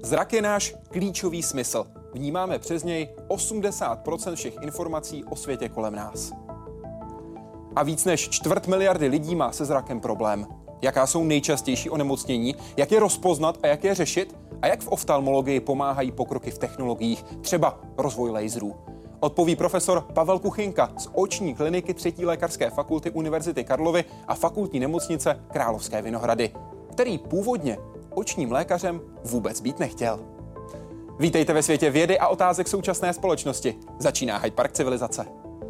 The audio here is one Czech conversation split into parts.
Zrak je náš klíčový smysl. Vnímáme přes něj 80% všech informací o světě kolem nás. A víc než 250 miliardy lidí má se zrakem problém. Jaká jsou nejčastější onemocnění, jak je rozpoznat a jak je řešit a jak v oftalmologii pomáhají pokroky v technologiích, třeba rozvoj laserů. Odpoví profesor Pavel Kuchynka z oční kliniky 3. lékařské fakulty Univerzity Karlovy a fakultní nemocnice Královské Vinohrady, který původně očním lékařem vůbec být nechtěl. Vítejte ve světě vědy a otázek současné společnosti. Začíná Hyde Park civilizace.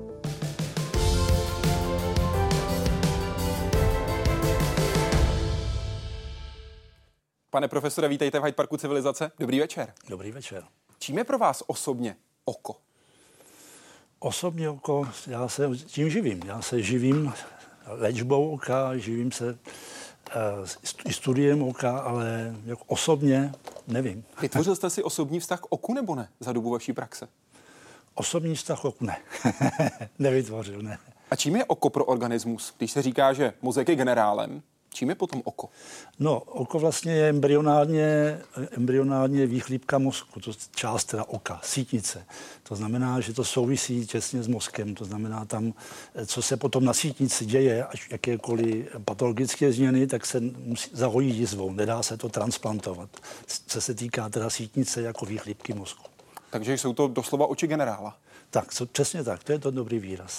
Pane profesore, vítejte v Hyde Parku civilizace. Dobrý večer. Dobrý večer. Čím je pro vás osobně oko? Osobně oko, já se tím živím. Já se živím léčbou oka, živím se studiem oka, ale jako osobně nevím. Vytvořil jste si osobní vztah k oku nebo ne za dobu vaší praxe? Osobní vztah k oku ne. Nevytvořil, ne. A čím je oko pro organismus? Když se říká, že mozek je generálem, čím je potom oko? No, oko vlastně je embryonálně výchlípka mozku, to je část teda oka, sítnice. To znamená, že to souvisí těsně s mozkem, to znamená tam, co se potom na sítnici děje, až jakékoliv patologické změny, tak se zahojí jizvou, nedá se to transplantovat. Co se týká teda sítnice jako výchlípky mozku. Takže jsou to doslova oči generála. Tak, přesně tak, to je to dobrý výraz.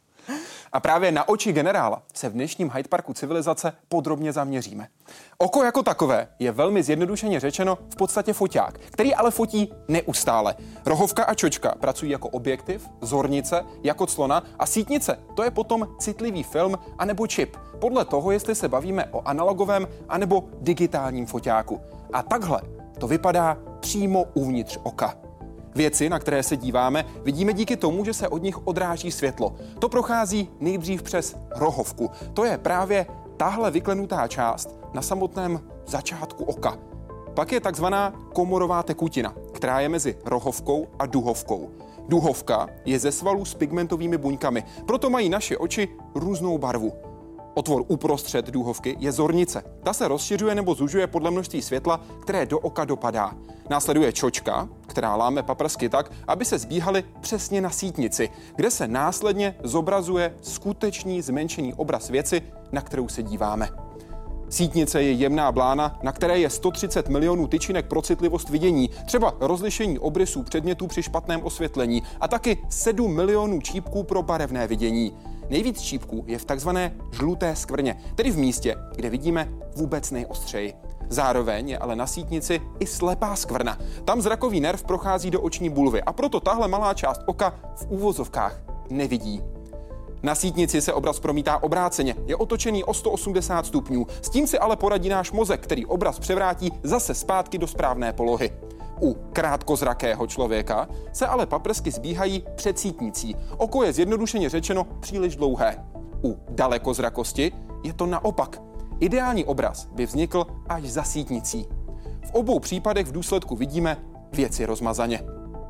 A právě na oči generála se v dnešním Hyde Parku civilizace podrobně zaměříme. Oko jako takové je velmi zjednodušeně řečeno v podstatě foťák, který ale fotí neustále. Rohovka a čočka pracují jako objektiv, zornice jako clona a sítnice to je potom citlivý film anebo čip. Podle toho, jestli se bavíme o analogovém anebo digitálním foťáku. A takhle to vypadá přímo uvnitř oka. Věci, na které se díváme, vidíme díky tomu, že se od nich odráží světlo. To prochází nejdřív přes rohovku. To je právě tahle vyklenutá část na samotném začátku oka. Pak je takzvaná komorová tekutina, která je mezi rohovkou a duhovkou. Duhovka je ze svalů s pigmentovými buňkami, proto mají naše oči různou barvu. Otvor uprostřed duhovky je zornice. Ta se rozšiřuje nebo zužuje podle množství světla, které do oka dopadá. Následuje čočka, která láme paprsky tak, aby se zbíhaly přesně na sítnici, kde se následně zobrazuje skutečný zmenšený obraz věci, na kterou se díváme. Sítnice je jemná blána, na které je 130 milionů tyčinek pro citlivost vidění, třeba rozlišení obrysů předmětů při špatném osvětlení a taky 7 milionů čípků pro barevné vidění. Nejvíc čípků je v takzvané žluté skvrně, tedy v místě, kde vidíme vůbec nejostřeji. Zároveň je ale na sítnici i slepá skvrna. Tam zrakový nerv prochází do oční bulvy a proto tahle malá část oka v úvozovkách nevidí. Na sítnici se obraz promítá obráceně, je otočený o 180 stupňů. S tím si ale poradí náš mozek, který obraz převrátí zase zpátky do správné polohy. U krátkozrakého člověka se ale paprsky zbíhají před sítnicí. Oko je zjednodušeně řečeno příliš dlouhé. U dalekozrakosti je to naopak. Ideální obraz by vznikl až za sítnicí. V obou případech v důsledku vidíme věci rozmazaně.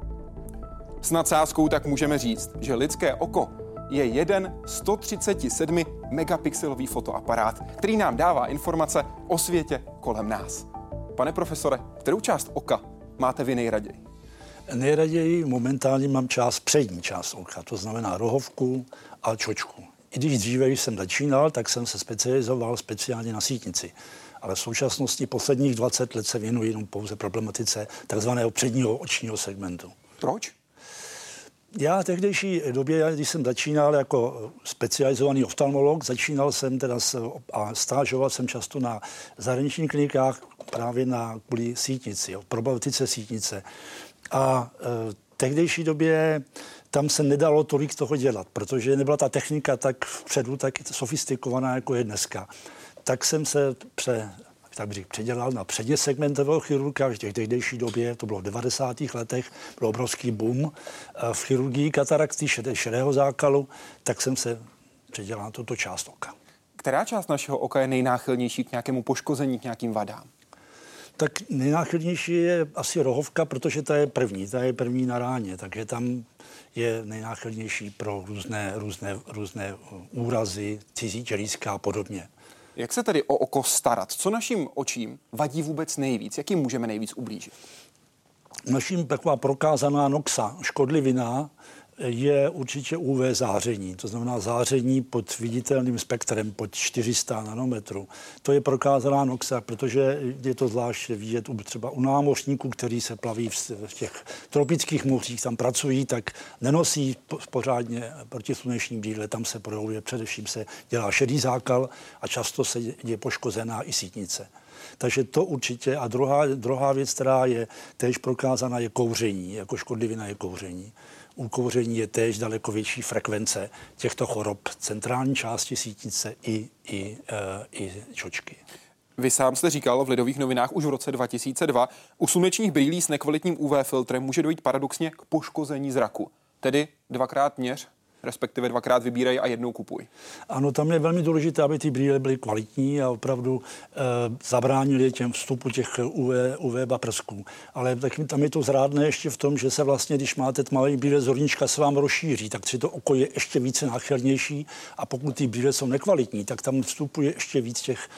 S nadsázkou tak můžeme říct, že lidské oko je jeden 137 megapixelový fotoaparát, který nám dává informace o světě kolem nás. Pane profesore, kterou část oka máte vy nejraději? Nejraději momentálně mám přední část oka, to znamená rohovku a čočku. I když dříve, když jsem začínal, tak jsem se specializoval speciálně na sítnici. Ale v současnosti posledních 20 let se věnuji jenom pouze problematice takzvaného předního očního segmentu. Proč? Já v tehdejší době, když jsem začínal jako specializovaný oftalmolog, začínal jsem teda a stážoval jsem často na zahraničních klinikách právě kvůli sítnici, problematice sítnice. A v tehdejší době tam se nedalo tolik toho dělat, protože nebyla ta technika tak vpředu, tak sofistikovaná, jako je dneska. Tak jsem se předělal na předněsegmentového chirurga. V těch tehdejší době, to bylo v 90. letech, byl obrovský boom v chirurgii katarakty, šedého zákalu, tak jsem se předělal na tuto část oka. Která část našeho oka je nejnáchylnější k nějakému poškození, k nějakým vadám? Tak nejnáchylnější je asi rohovka, protože ta je první na ráně, takže tam je nejnáchylnější pro různé úrazy, cizí tělíska a podobně. Jak se tedy o oko starat? Co našim očím vadí vůbec nejvíc? Jak jim můžeme nejvíc ublížit? Naším taková prokázaná noxa, škodlivina, je určitě UV záření, to znamená záření pod viditelným spektrem, pod 400 nanometrů. To je prokázaná noxa, protože je to zvlášť vidět třeba u námořníků, kteří se plaví v těch tropických mořích, tam pracují, tak nenosí pořádně protisluneční brýle, tam se projevuje, především se dělá šedý zákal a často se je poškozená i sítnice. Takže to určitě. A druhá věc, která je též prokázaná, je kouření, jako škodlivina je kouření. U kouření je též daleko větší frekvence těchto chorob centrální části sítnice i čočky. Vy sám jste říkal v Lidových novinách už v roce 2002, u slunečních brýlí s nekvalitním UV filtrem může dojít paradoxně k poškození zraku. Tedy dvakrát měř, respektive dvakrát vybírej a jednou kupuj. Ano, tam je velmi důležité, aby ty brýle byly kvalitní a opravdu zabránili těm vstupu těch UV paprsků. Ale tak tam je to zrádné ještě v tom, že se vlastně, když máte tmavý brýle, zornička se vám rozšíří, tak si to oko je ještě více náchylnější a pokud ty brýle jsou nekvalitní, tak tam vstupuje ještě víc těch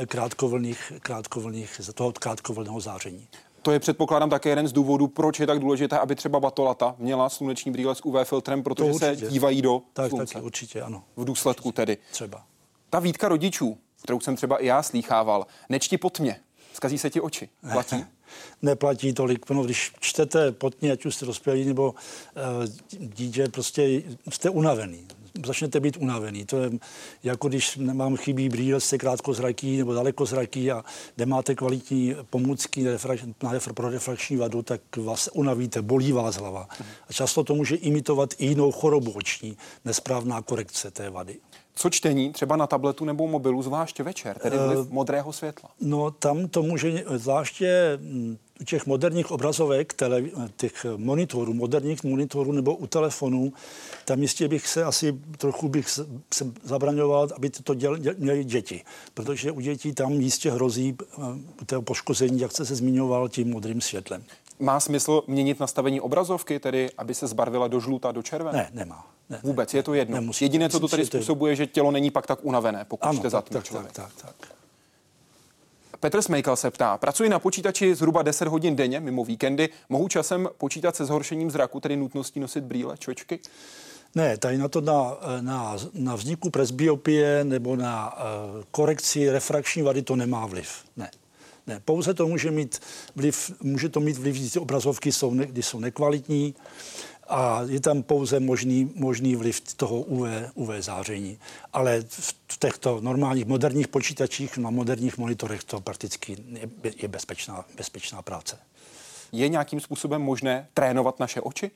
krátkovlnného záření. To je, předpokládám, také jeden z důvodů, proč je tak důležité, aby třeba batolata měla sluneční brýle s UV filtrem, protože se dívají do slunce. Tak určitě, ano. V důsledku určitě, tedy. Třeba. Ta výtka rodičů, kterou jsem třeba i já slýchával, nečti po tmě, zkazí se ti oči. Platí? Neplatí tolik. No, když čtete po tmě, ať už jste dospělí nebo dítě, prostě jste unavený. Začnete být unavený. To je jako když vám chybí brýle, jste krátkozraký nebo dalekozraký a nemáte kvalitní pomůcky pro refrakční vadu, tak vás unavíte, bolí vás hlava. A často to může imitovat i jinou chorobu oční, nesprávná korekce té vady. Co čtení třeba na tabletu nebo mobilu, zvláště večer, tedy vliv modrého světla? No tam to může, zvláště u těch moderních obrazovek, těch monitorů, moderních monitorů nebo u telefonů, tam jistě bych se zabraňoval, aby to měli děti. Protože u dětí tam jistě hrozí to poškození, jak jste se zmiňoval, tím modrým světlem. Má smysl měnit nastavení obrazovky, tedy aby se zbarvila do žluta, do červené? Ne, nemá. Ne, vůbec, je to jedno. Nemusí. Jediné, co to tady způsobuje, že tělo není pak tak unavené, pokud jste zatmě člověk. Tak. Petr Smejkal se ptá, pracuji na počítači zhruba 10 hodin denně, mimo víkendy. Mohu časem počítat se zhoršením zraku, tedy nutností nosit brýle, čočky? Ne, tady na to na vzniku presbyopie nebo na korekci refrakční vady to nemá vliv. Ne, pouze to může to mít vliv, když ty obrazovky když jsou nekvalitní a je tam pouze možný vliv toho UV záření. Ale v těchto normálních moderních počítačích, na moderních monitorech to prakticky je bezpečná práce. Je nějakým způsobem možné trénovat naše oči?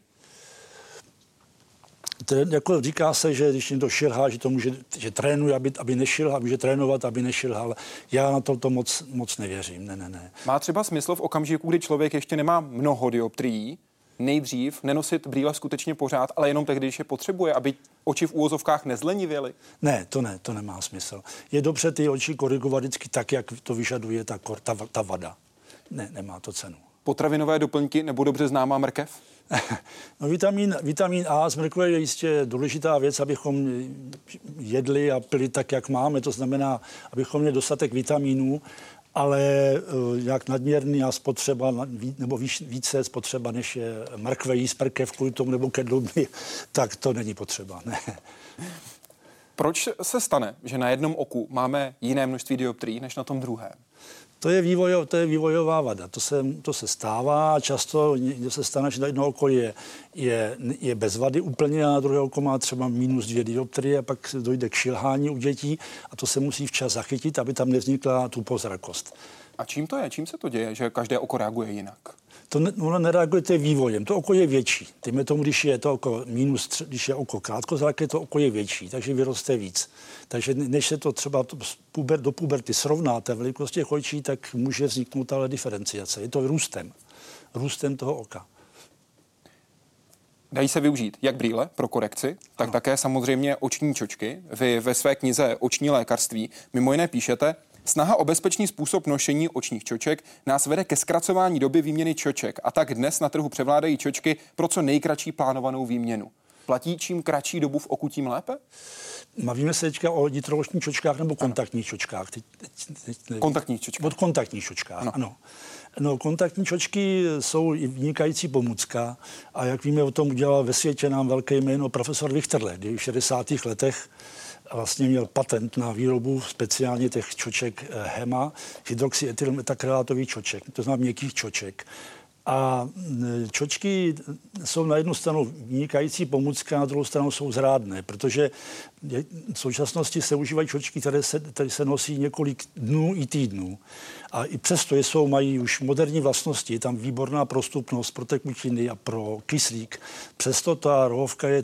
Jako říká se, že když někdo šilhá, že trénuje, aby nešilhal, může trénovat, aby nešilhal. Já na to moc nevěřím. Ne. Má třeba smysl v okamžiku, kdy člověk ještě nemá mnoho dioptrií, nejdřív nenosit brýle skutečně pořád, ale jenom tehdy, když je potřebuje, aby oči v úvozovkách nezlenivěly? Ne, to nemá smysl. Je dobře ty oči korigovat vždycky tak, jak to vyžaduje ta vada. Ne, nemá to cenu. Potravinové doplňky nebo dobře známá mrkev? No, vitamin A z mrkve je jistě důležitá věc, abychom jedli a pili tak, jak máme. To znamená, abychom měli dostatek vitamínů, ale jak nadměrná spotřeba, nebo více spotřeba, než je mrkve, jíst mrkev kvůli tomu nebo kedluby, tak to není potřeba. Ne. Proč se stane, že na jednom oku máme jiné množství dioptrií než na tom druhém? To je vývojová vada. To se stává. Často se stane, že na jedno oko je bez vady úplně a na druhé oko má třeba -2 dioptrie a pak dojde k šilhání u dětí a to se musí včas zachytit, aby tam nevznikla tupozrakost. A čím to je? Čím se to děje, že každé oko reaguje jinak? Ono nereaguje vývojem. To oko je větší. Dejme tomu, když je oko krátkozraké, to oko je větší, takže vyroste víc. Takže než se to třeba do puberty srovná té velikosti těch očí, tak může vzniknout ale diferenciace. Je to růstem toho oka. Dají se využít jak brýle pro korekci, tak také samozřejmě oční čočky. Vy ve své knize Oční lékařství mimo jiné píšete, snaha o bezpečný způsob nošení očních čoček nás vede ke zkracování doby výměny čoček a tak dnes na trhu převládají čočky pro co nejkratší plánovanou výměnu. Platí, čím kratší dobu v oku, tím lépe? Bavíme se teďka o nitroložních čočkách nebo kontaktních čočkách? Kontaktních čočkách. Od kontaktních čočkách, ano. No, kontaktní čočky jsou vynikající pomůcka a jak víme, o tom udělal ve světě nám velké jméno profesor Wichterle, kdy v 60. letech vlastně měl patent na výrobu speciálně těch čoček HEMA, hydroxyetylmetakrylátových čoček, to znamená měkkých čoček. A čočky jsou na jednu stranu vynikající pomůcka, na druhou stranu jsou zrádné, protože v současnosti se užívají čočky, které se nosí několik dnů i týdnů. A i přesto mají už moderní vlastnosti, je tam výborná prostupnost pro tekutiny a pro kyslík. Přesto ta rohovka je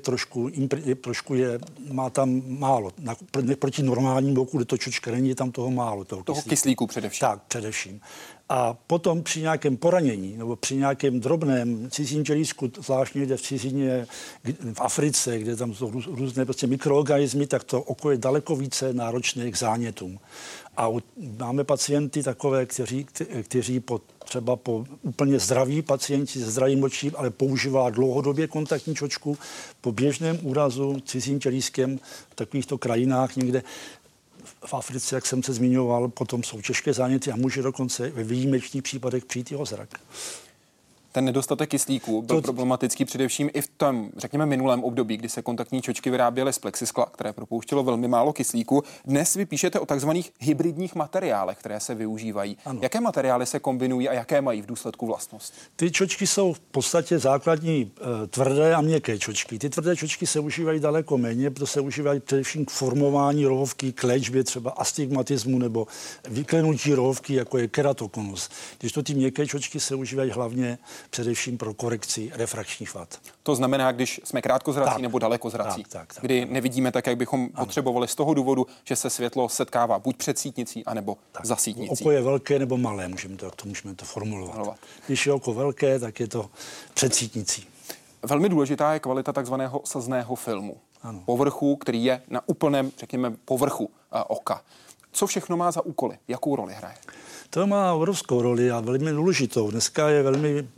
má tam málo. Proti normálnímu oku, kde to čočka není, je tam toho málo. Toho kyslíku především. Tak, především. A potom při nějakém poranění nebo při nějakém drobném cizím tělísku, zvláštně jde v cizině v Africe, kde tam jsou různé prostě mikroorganismy, tak to oko je daleko více náročné k zánětům. A máme pacienty takové, kteří třeba po úplně zdraví pacienti se zdravým očím, ale používá dlouhodobě kontaktní čočku po běžném úrazu cizím tělískem v takovýchto krajinách někde v Africe, jak jsem se zmiňoval, potom jsou těžké záněty a může dokonce ve výjimečných případech přijít jeho zrak. Ten nedostatek kyslíku byl problematický především i v tom, řekněme, minulém období, kdy se kontaktní čočky vyráběly z plexiskla, které propouštělo velmi málo kyslíku. Dnes vy píšete o takzvaných hybridních materiálech, které se využívají. Ano. Jaké materiály se kombinují a jaké mají v důsledku vlastnost? Ty čočky jsou v podstatě základní tvrdé a měkké čočky. Ty tvrdé čočky se užívají daleko méně, protože se užívají především k formování rohovky, k léčbě třeba astigmatismu nebo vyklenutí rohovky, jako je keratokonus. Když to ty měkké čočky se užívají hlavně především pro korekci refrakčních vad. To znamená, když jsme krátkozrací nebo dalekozrací, kdy nevidíme tak, jak bychom potřebovali z toho důvodu, že se světlo setkává buď před sítnicí, anebo za sítnicí. Oko je velké nebo malé, můžeme to formulovat. Když je oko velké, tak je to před sítnicí. Velmi důležitá je kvalita takzvaného slzného filmu. Ano. Povrchu, který je na úplném, řekněme, povrchu oka. Co všechno má za úkoly? Jakou roli hraje? To má obrovskou roli a velmi důležitou. Dneska je velmi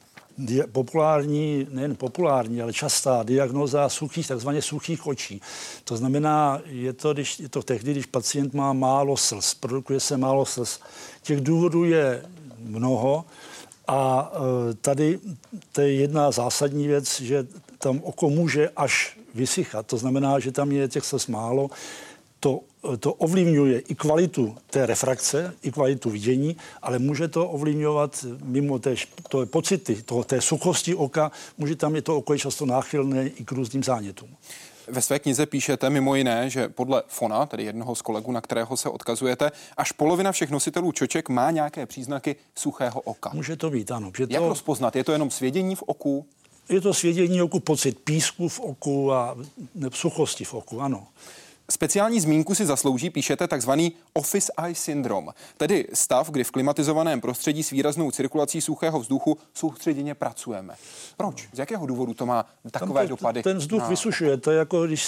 populární, nejen populární, ale častá diagnóza takzvaně suchých očí. To znamená, je to tehdy, když pacient má málo slz, produkuje se málo slz. Těch důvodů je mnoho a tady to je jedna zásadní věc, že tam oko může až vysychat. To znamená, že tam je těch slz málo. To ovlivňuje i kvalitu té refrakce, i kvalitu vidění, ale může to ovlivňovat mimo to pocity, té suchosti oka, je to oko je často náchylné i k různým zánětům. Ve své knize píšete mimo jiné, že podle Fona, tedy jednoho z kolegů, na kterého se odkazujete, až polovina všech nositelů čoček má nějaké příznaky suchého oka. Může to být, ano. Jak rozpoznat? Je to jenom svědění v oku? Je to svědění oku, pocit písku v oku a suchosti v oku, ano. Speciální zmínku si zaslouží, píšete, takzvaný office eye syndrom, tedy stav, kdy v klimatizovaném prostředí s výraznou cirkulací suchého vzduchu soustředěně pracujeme. Proč? Z jakého důvodu to má takové dopady? Ten vzduch vysušuje. To je jako když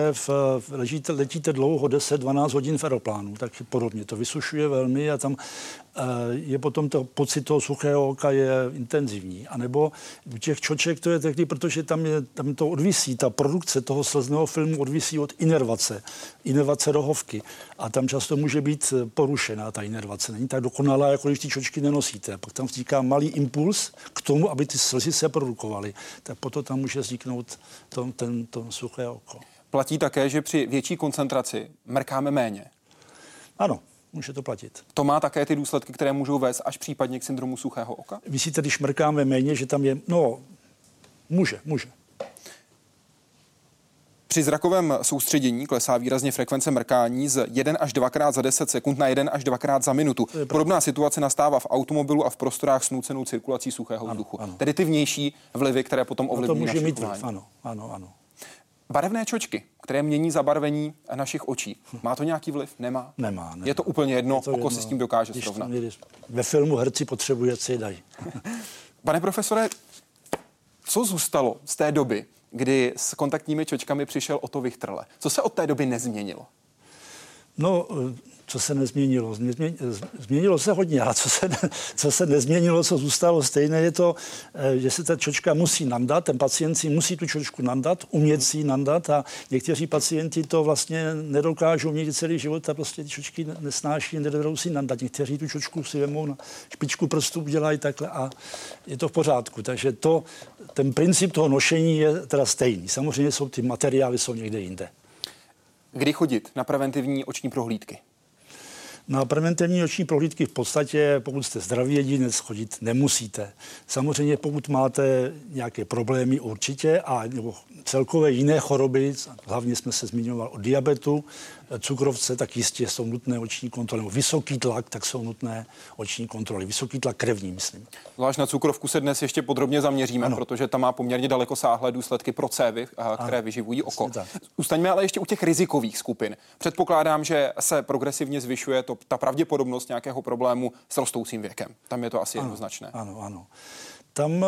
letíte dlouho, 10-12 hodin v aeroplánu, tak je to vysušuje velmi a tam je potom pocit toho suchého oka je intenzivní. A nebo u těch čoček to je tehdy, protože tam to odvisí, ta produkce toho slzného filmu odvisí od inervace rohovky. A tam často může být porušená ta inervace. Není tak dokonalá, jako když ty čočky nenosíte. Pak tam vzniká malý impuls k tomu, aby ty slzy se produkovaly. Tak potom tam může vzniknout to suché oko. Platí také, že při větší koncentraci mrkáme méně. Ano. Může to platit. To má také ty důsledky, které můžou vést až případně k syndromu suchého oka? Myslíte, když mrkáme méně, že tam je... No, může. Při zrakovém soustředění klesá výrazně frekvence mrkání z 1 až 2krát za 10 sekund na 1 až 2krát za minutu. Podobná situace nastává v automobilu a v prostorách s nucenou cirkulací suchého vzduchu. Ano. Tedy ty vnější vlivy, které potom ovlivní naše chování. Ano. Barevné čočky, které mění zabarvení našich očí. Má to nějaký vliv? Nemá. Ne. Je to úplně jedno, oko si s tím dokáže srovnat. Ve filmu herci potřebují, co je dají. Pane profesore, co zůstalo z té doby, kdy s kontaktními čočkami přišel Otto Wichterle? Co se od té doby nezměnilo? No, co se nezměnilo? Změnilo se hodně, a co se nezměnilo, co zůstalo stejné, je to, že se ta čočka musí nandat, ten pacient si musí tu čočku nandat, umět si ji nandat a někteří pacienti to vlastně nedokážou někdy celý život a prostě ty čočky nesnáší, nedovedou si nandat. Někteří tu čočku si vemou na špičku prstů, dělají takhle a je to v pořádku. Takže ten princip toho nošení je teda stejný. Samozřejmě ty materiály jsou někde jinde. Kdy chodit na preventivní oční prohlídky? Na preventivní oční prohlídky v podstatě, pokud jste zdravý jedinec, chodit nemusíte. Samozřejmě pokud máte nějaké problémy určitě nebo celkové jiné choroby, hlavně jsme se zmiňovali o diabetu, cukrovce, tak jistě jsou nutné oční kontroly. Nebo vysoký tlak, tak jsou nutné oční kontroly. Vysoký tlak krevní, myslím. Zvlášť na cukrovku se dnes ještě podrobně zaměříme, protože tam má poměrně dalekosáhlé důsledky pro cévy, které vyživují oko. Zůstaňme ale ještě u těch rizikových skupin. Předpokládám, že se progresivně zvyšuje ta pravděpodobnost nějakého problému s rostoucím věkem. Tam je to asi jednoznačné. Ano. Tam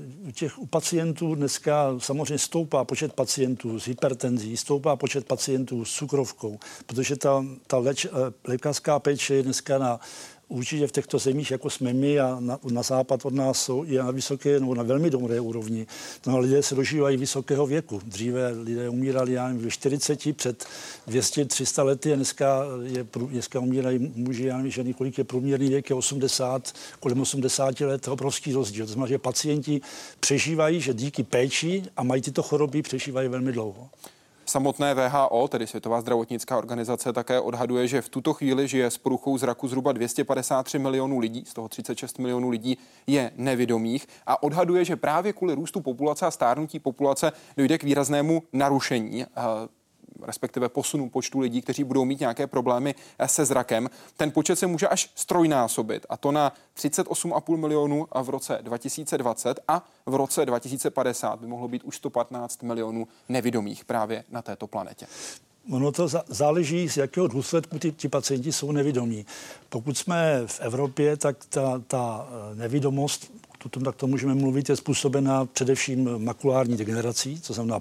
u pacientů dneska samozřejmě stoupá počet pacientů s hypertenzí, stoupá počet pacientů s cukrovkou, protože ta lékařská péče je dneska určitě v těchto zemích, jako jsme my a na západ od nás je na vysoké nebo na velmi dobré úrovni. No, lidé se dožívají vysokého věku. Dříve lidé umírali ve 40, před 200-300 lety a dneska umírají muži, ženy, kolik je průměrný věk, je 80, kolem 80 let, obrovský rozdíl. To znamená, že pacienti přežívají, že díky péči a mají tyto choroby, přežívají velmi dlouho. Samotné WHO, tedy Světová zdravotnická organizace, také odhaduje, že v tuto chvíli žije s poruchou zraku zhruba 253 milionů lidí, z toho 36 milionů lidí je nevidomých a odhaduje, že právě kvůli růstu populace a stárnutí populace dojde k výraznému narušení respektive posunu počtu lidí, kteří budou mít nějaké problémy se zrakem. Ten počet se může až ztrojnásobit, a to na 38,5 milionů v roce 2020 a v roce 2050 by mohlo být už 115 milionů nevidomých právě na této planetě. Ono to záleží, z jakého důsledku ti pacienti jsou nevidomí. Pokud jsme v Evropě, tak ta nevidomost, tak to můžeme mluvit, je způsobená především makulární degenerací, co znamená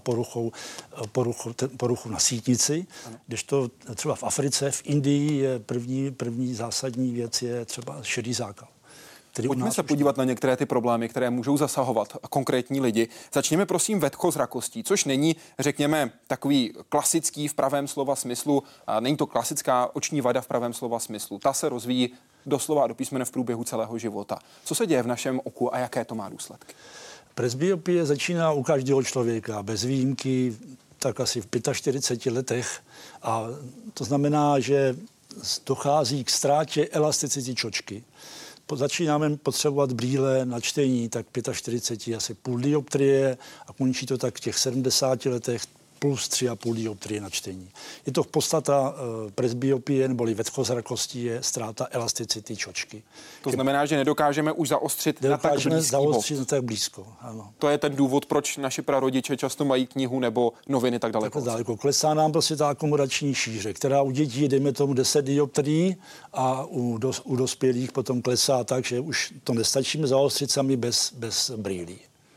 poruchu na sítnici, kdežto třeba v Africe, v Indii je první zásadní věc je třeba šedý zákal. Pojďme se podívat na některé ty problémy, které můžou zasahovat konkrétní lidi. Začněme prosím vetkozrakostí, což není, řekněme, takový klasický v pravém slova smyslu, není to klasická oční vada v pravém slova smyslu. Ta se rozvíjí doslova a do písmene v průběhu celého života. Co se děje v našem oku a jaké to má důsledky? Presbyopie začíná u každého člověka, bez výjimky, tak asi v 45 letech. A to znamená, že dochází k ztrátě elasticity čočky. Začínáme potřebovat brýle na čtení, tak 45 asi půl dioptrie a končí to tak v těch 70 letech plus 3,5 dioptrie na čtení. Je to podstata presbyopie neboli vetkozrakosti je ztráta elasticity čočky. To znamená, že nedokážeme už zaostřit na tak blízko. Ano. To je ten důvod, proč naši prarodiče často mají knihu nebo noviny tak daleko. Tak daleko. Klesá nám prostě ta akomodační šíře, která u dětí dejme tomu 10 dioptrií a u dospělých potom klesá tak, že už to nestačíme zaostřit sami bez brýlí.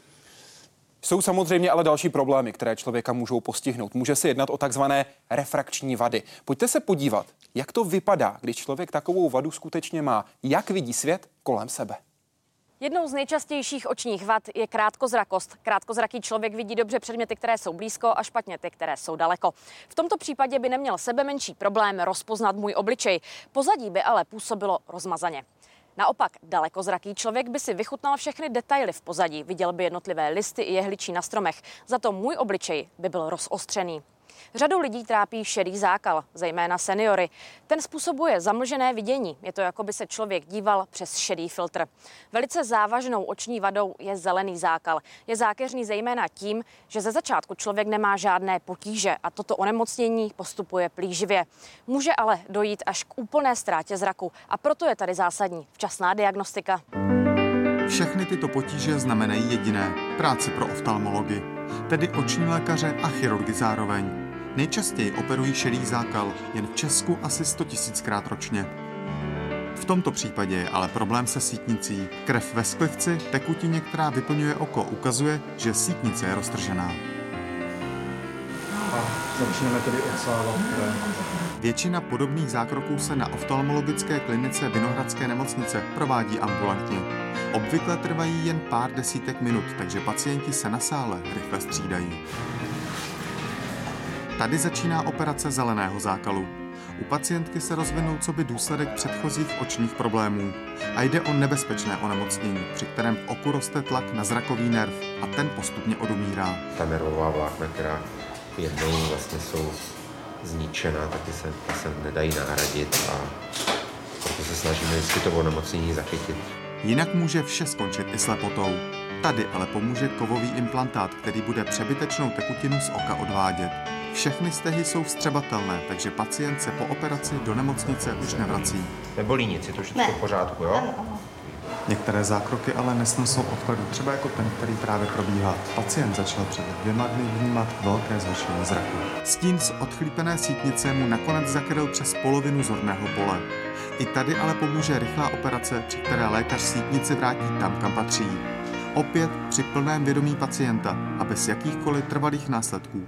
Jsou samozřejmě ale další problémy, které člověka můžou postihnout. Může se jednat o takzvané refrakční vady. Pojďte se podívat, jak to vypadá, když člověk takovou vadu skutečně má. Jak vidí svět kolem sebe? Jednou z nejčastějších očních vad je krátkozrakost. Krátkozraký člověk vidí dobře předměty, které jsou blízko a špatně ty, které jsou daleko. V tomto případě by neměl sebemenší problém rozpoznat můj obličej. Pozadí by ale působilo rozmazaně. Naopak, dalekozraký člověk by si vychutnal všechny detaily v pozadí, viděl by jednotlivé listy i jehličí na stromech, za to můj obličej by byl rozostřený. Řadu lidí trápí šedý zákal, zejména seniory. Ten způsobuje zamlžené vidění. Je to, jako by se člověk díval přes šedý filtr. Velice závažnou oční vadou je zelený zákal. Je zákeřný zejména tím, že ze začátku člověk nemá žádné potíže a toto onemocnění postupuje plíživě. Může ale dojít až k úplné ztrátě zraku a proto je tady zásadní včasná diagnostika. Všechny tyto potíže znamenají jediné: práci pro oftalmology, tedy oční lékaře a chirurgy zároveň. Nejčastěji operují šedý zákal, jen v Česku asi 100 000krát ročně. V tomto případě je ale problém se sítnicí. Krev ve sklizci, tekutině, která vyplňuje oko, ukazuje, že sítnice je roztržená. A začneme tedy odsávat krev. V Většina podobných zákroků se na oftalmologické klinice Vinohradské nemocnice provádí ambulantně. Obvykle trvají jen pár desítek minut, takže pacienti se na sále rychle střídají. Tady začíná operace zeleného zákalu. U pacientky se rozvinul coby důsledek předchozích očních problémů a jde o nebezpečné onemocnění, při kterém v oku roste tlak na zrakový nerv a ten postupně odumírá. Ta nervová vlákna, která jednou vlastně jsou zničená, taky se nedají nahradit a proto se snažíme vždycky to onemocnění zachytit. Jinak může vše skončit i slepotou. Tady ale pomůže kovový implantát, který bude přebytečnou tekutinu z oka odvádět. Všechny stehy jsou vstřebatelné, takže pacient se po operaci do nemocnice už nevrací. Nebolí nic, je to všechno v pořádku, jo? Některé zákroky ale nesnesou odkladu, třeba jako ten, který právě probíhá. Pacient začal před 2 dny vnímat velké zhoršení zraku. Stín z odchlípené sítnice mu nakonec zakryl přes polovinu zorného pole. I tady ale pomůže rychlá operace, při které lékař sítnici vrátí tam, kam patří. Opět při plném vědomí pacienta a bez jakýchkoliv trvalých následků.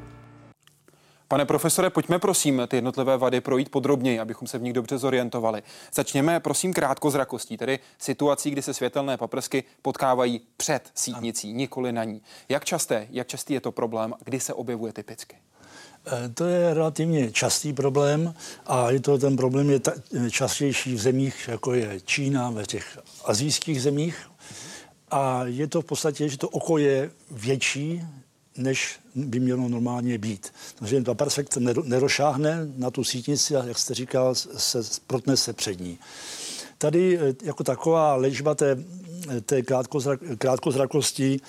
Pane profesore, pojďme prosím ty jednotlivé vady projít podrobněji, abychom se v nich dobře zorientovali. Začněme prosím krátkozrakostí, tedy situací, kdy se světelné paprsky potkávají před sítnicí, nikoli na ní. Jak častý je to problém, kdy se objevuje typicky? To je relativně častý problém a ten problém je častější v zemích, jako je Čína, ve těch asijských zemích. A je to v podstatě, že to oko je větší, než by mělo normálně být. Takže ta paprsek nerozšáhne na tu sítnici a, jak jste říkal, protne se před ní. Tady jako taková léčba té krátkozrakosti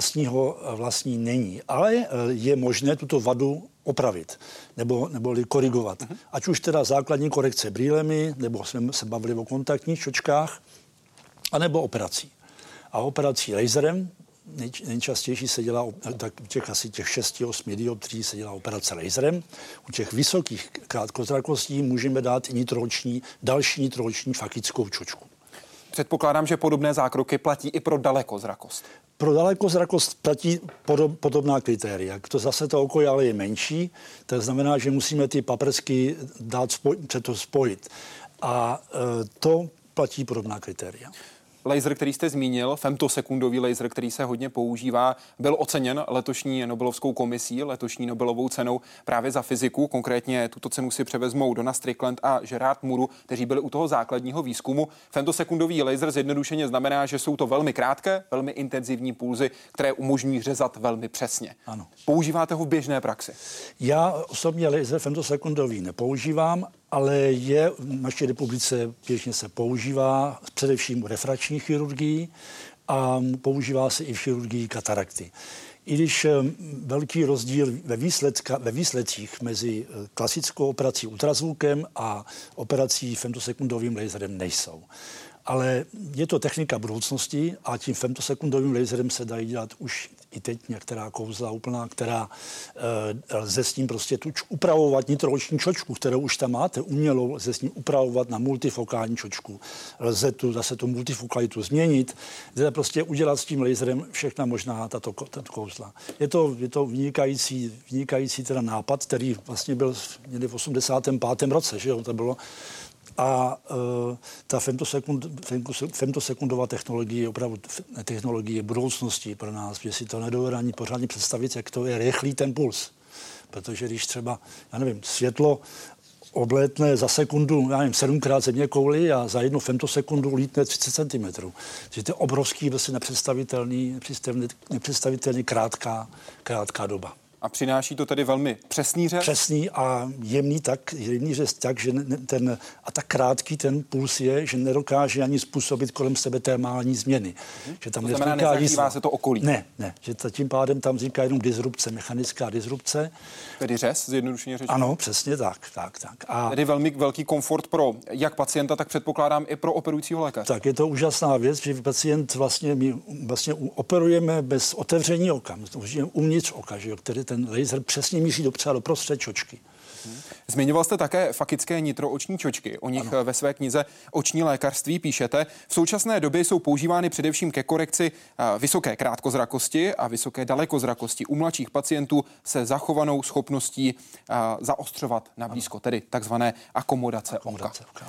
vlastní není. Ale je možné tuto vadu opravit nebo korigovat. Ať už teda základní korekce brýlemi, nebo jsme se bavili o kontaktních čočkách, anebo operací. A operací laserem, nejčastější se dělá, tak u těch asi těch 6-8 dioptrií se dělá operace laserem. U těch vysokých krátkozrakostí můžeme dát i další nitrooční fakickou čočku. Předpokládám, že podobné zákroky platí i pro dalekozrakost. Pro dalekozrakost platí podobná kritéria. To zase to oko ale je menší, to znamená, že musíme ty paprsky spojit. A to platí podobná kritéria. Laser, který jste zmínil, femtosekundový laser, který se hodně používá, byl oceněn letošní Nobelovskou komisí, letošní Nobelovou cenou právě za fyziku. Konkrétně tuto cenu si převezmou Donna Strickland a Gerard Muru, kteří byli u toho základního výzkumu. Femtosekundový laser zjednodušeně znamená, že jsou to velmi krátké, velmi intenzivní pulzy, které umožňují řezat velmi přesně. Ano. Používáte ho v běžné praxi? Já osobně laser femtosekundový nepoužívám, ale je v naší republice běžně se používá především u refrakční chirurgii a používá se i v chirurgii katarakty. I když velký rozdíl ve výsledcích mezi klasickou operací ultrazvukem a operací femtosekundovým laserem nejsou. Ale je to technika budoucnosti a tím femtosekundovým laserem se dají dělat už i teď některá kouzla úplná, která lze s ním prostě upravovat nitrooční čočku, kterou už tam máte, umělou, lze s ním upravovat na multifokální čočku. Lze zase tu multifokalitu změnit, lze prostě udělat s tím laserem všechna možná tato kouzla. Je to vynikající teda nápad, který vlastně byl někdy v 85. roce, že jo, to bylo. A ta femtosekundová technologie je opravdu technologie budoucnosti pro nás, že si to nedovedeme ani pořádně představit, jak to je rychlý ten puls. Protože když třeba, světlo oblétne za sekundu, 7krát zeměkouli a za 1 femtosekundu lítne 30 cm. Takže to je obrovský, vlastně nepředstavitelný krátká doba. A přináší to tedy velmi přesný řez? Přesný a jemný řez tak, že a tak krátký ten puls je, že nedokáže ani způsobit kolem sebe termální změny. Že tam to znamená, nezažívá se to okolí? Ne, že tím pádem tam vzniká jenom disrupce, mechanická disrupce. Tedy řez, zjednodušeně řečeno? Ano, přesně tak. A tedy velmi velký komfort pro jak pacienta, tak předpokládám i pro operujícího lékaře. Tak je to úžasná věc, že pacient my operujeme bez otevření oka, uvnitř oka, že jo, který ten laser přesně míří do prostřed čočky. Zmiňoval jste také fakické nitrooční čočky. O nich ve své knize Oční lékařství píšete. V současné době jsou používány především ke korekci vysoké krátkozrakosti a vysoké dalekozrakosti u mladších pacientů se zachovanou schopností zaostřovat na blízko, tedy takzvané akomodace oka.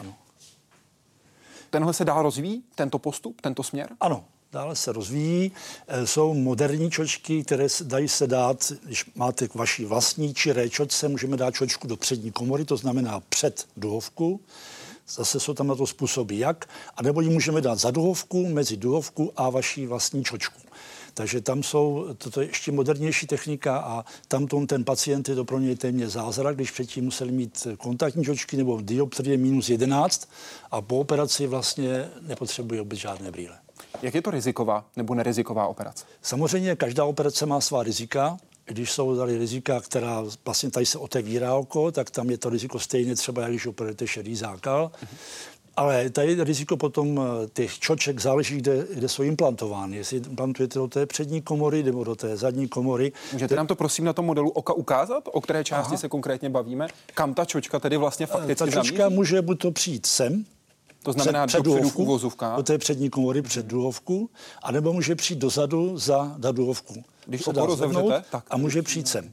Tenhle se dál rozvíjí, tento postup, tento směr? Ano. Dále se rozvíjí. Jsou moderní čočky, které dají se dát, když máte k vaší vlastní čiré čočce, můžeme dát čočku do přední komory, to znamená před duhovku. Zase jsou tam na to způsoby jak. A nebo ji můžeme dát za duhovku, mezi duhovku a vaší vlastní čočku. Takže tam jsou, toto je ještě modernější technika a tam ten pacient je to pro něj téměř zázrak, když předtím museli mít kontaktní čočky nebo dioptrie -11 a po operaci vlastně nepotřebuje vůbec žádné brýle. Jak je to riziková nebo neriziková operace? Samozřejmě každá operace má svá rizika. Když jsou tady rizika, která vlastně tady se otevírá oko, tak tam je to riziko stejné třeba, jak když operujete šedý zákal. Ale tady riziko potom těch čoček záleží, kde jsou implantovány. Jestli implantujete do té přední komory nebo do té zadní komory. Můžete nám to prosím na tom modelu oka ukázat, o které části se konkrétně bavíme? Kam ta čočka tedy vlastně fakticky zamíří? Ta čočka může buď to přijít sem, to znamená před dopředu v uvozovkách, do té přední komory před duhovku, anebo může přijít dozadu za duhovku. Když oko rozevřete, tak. A může přijít sem.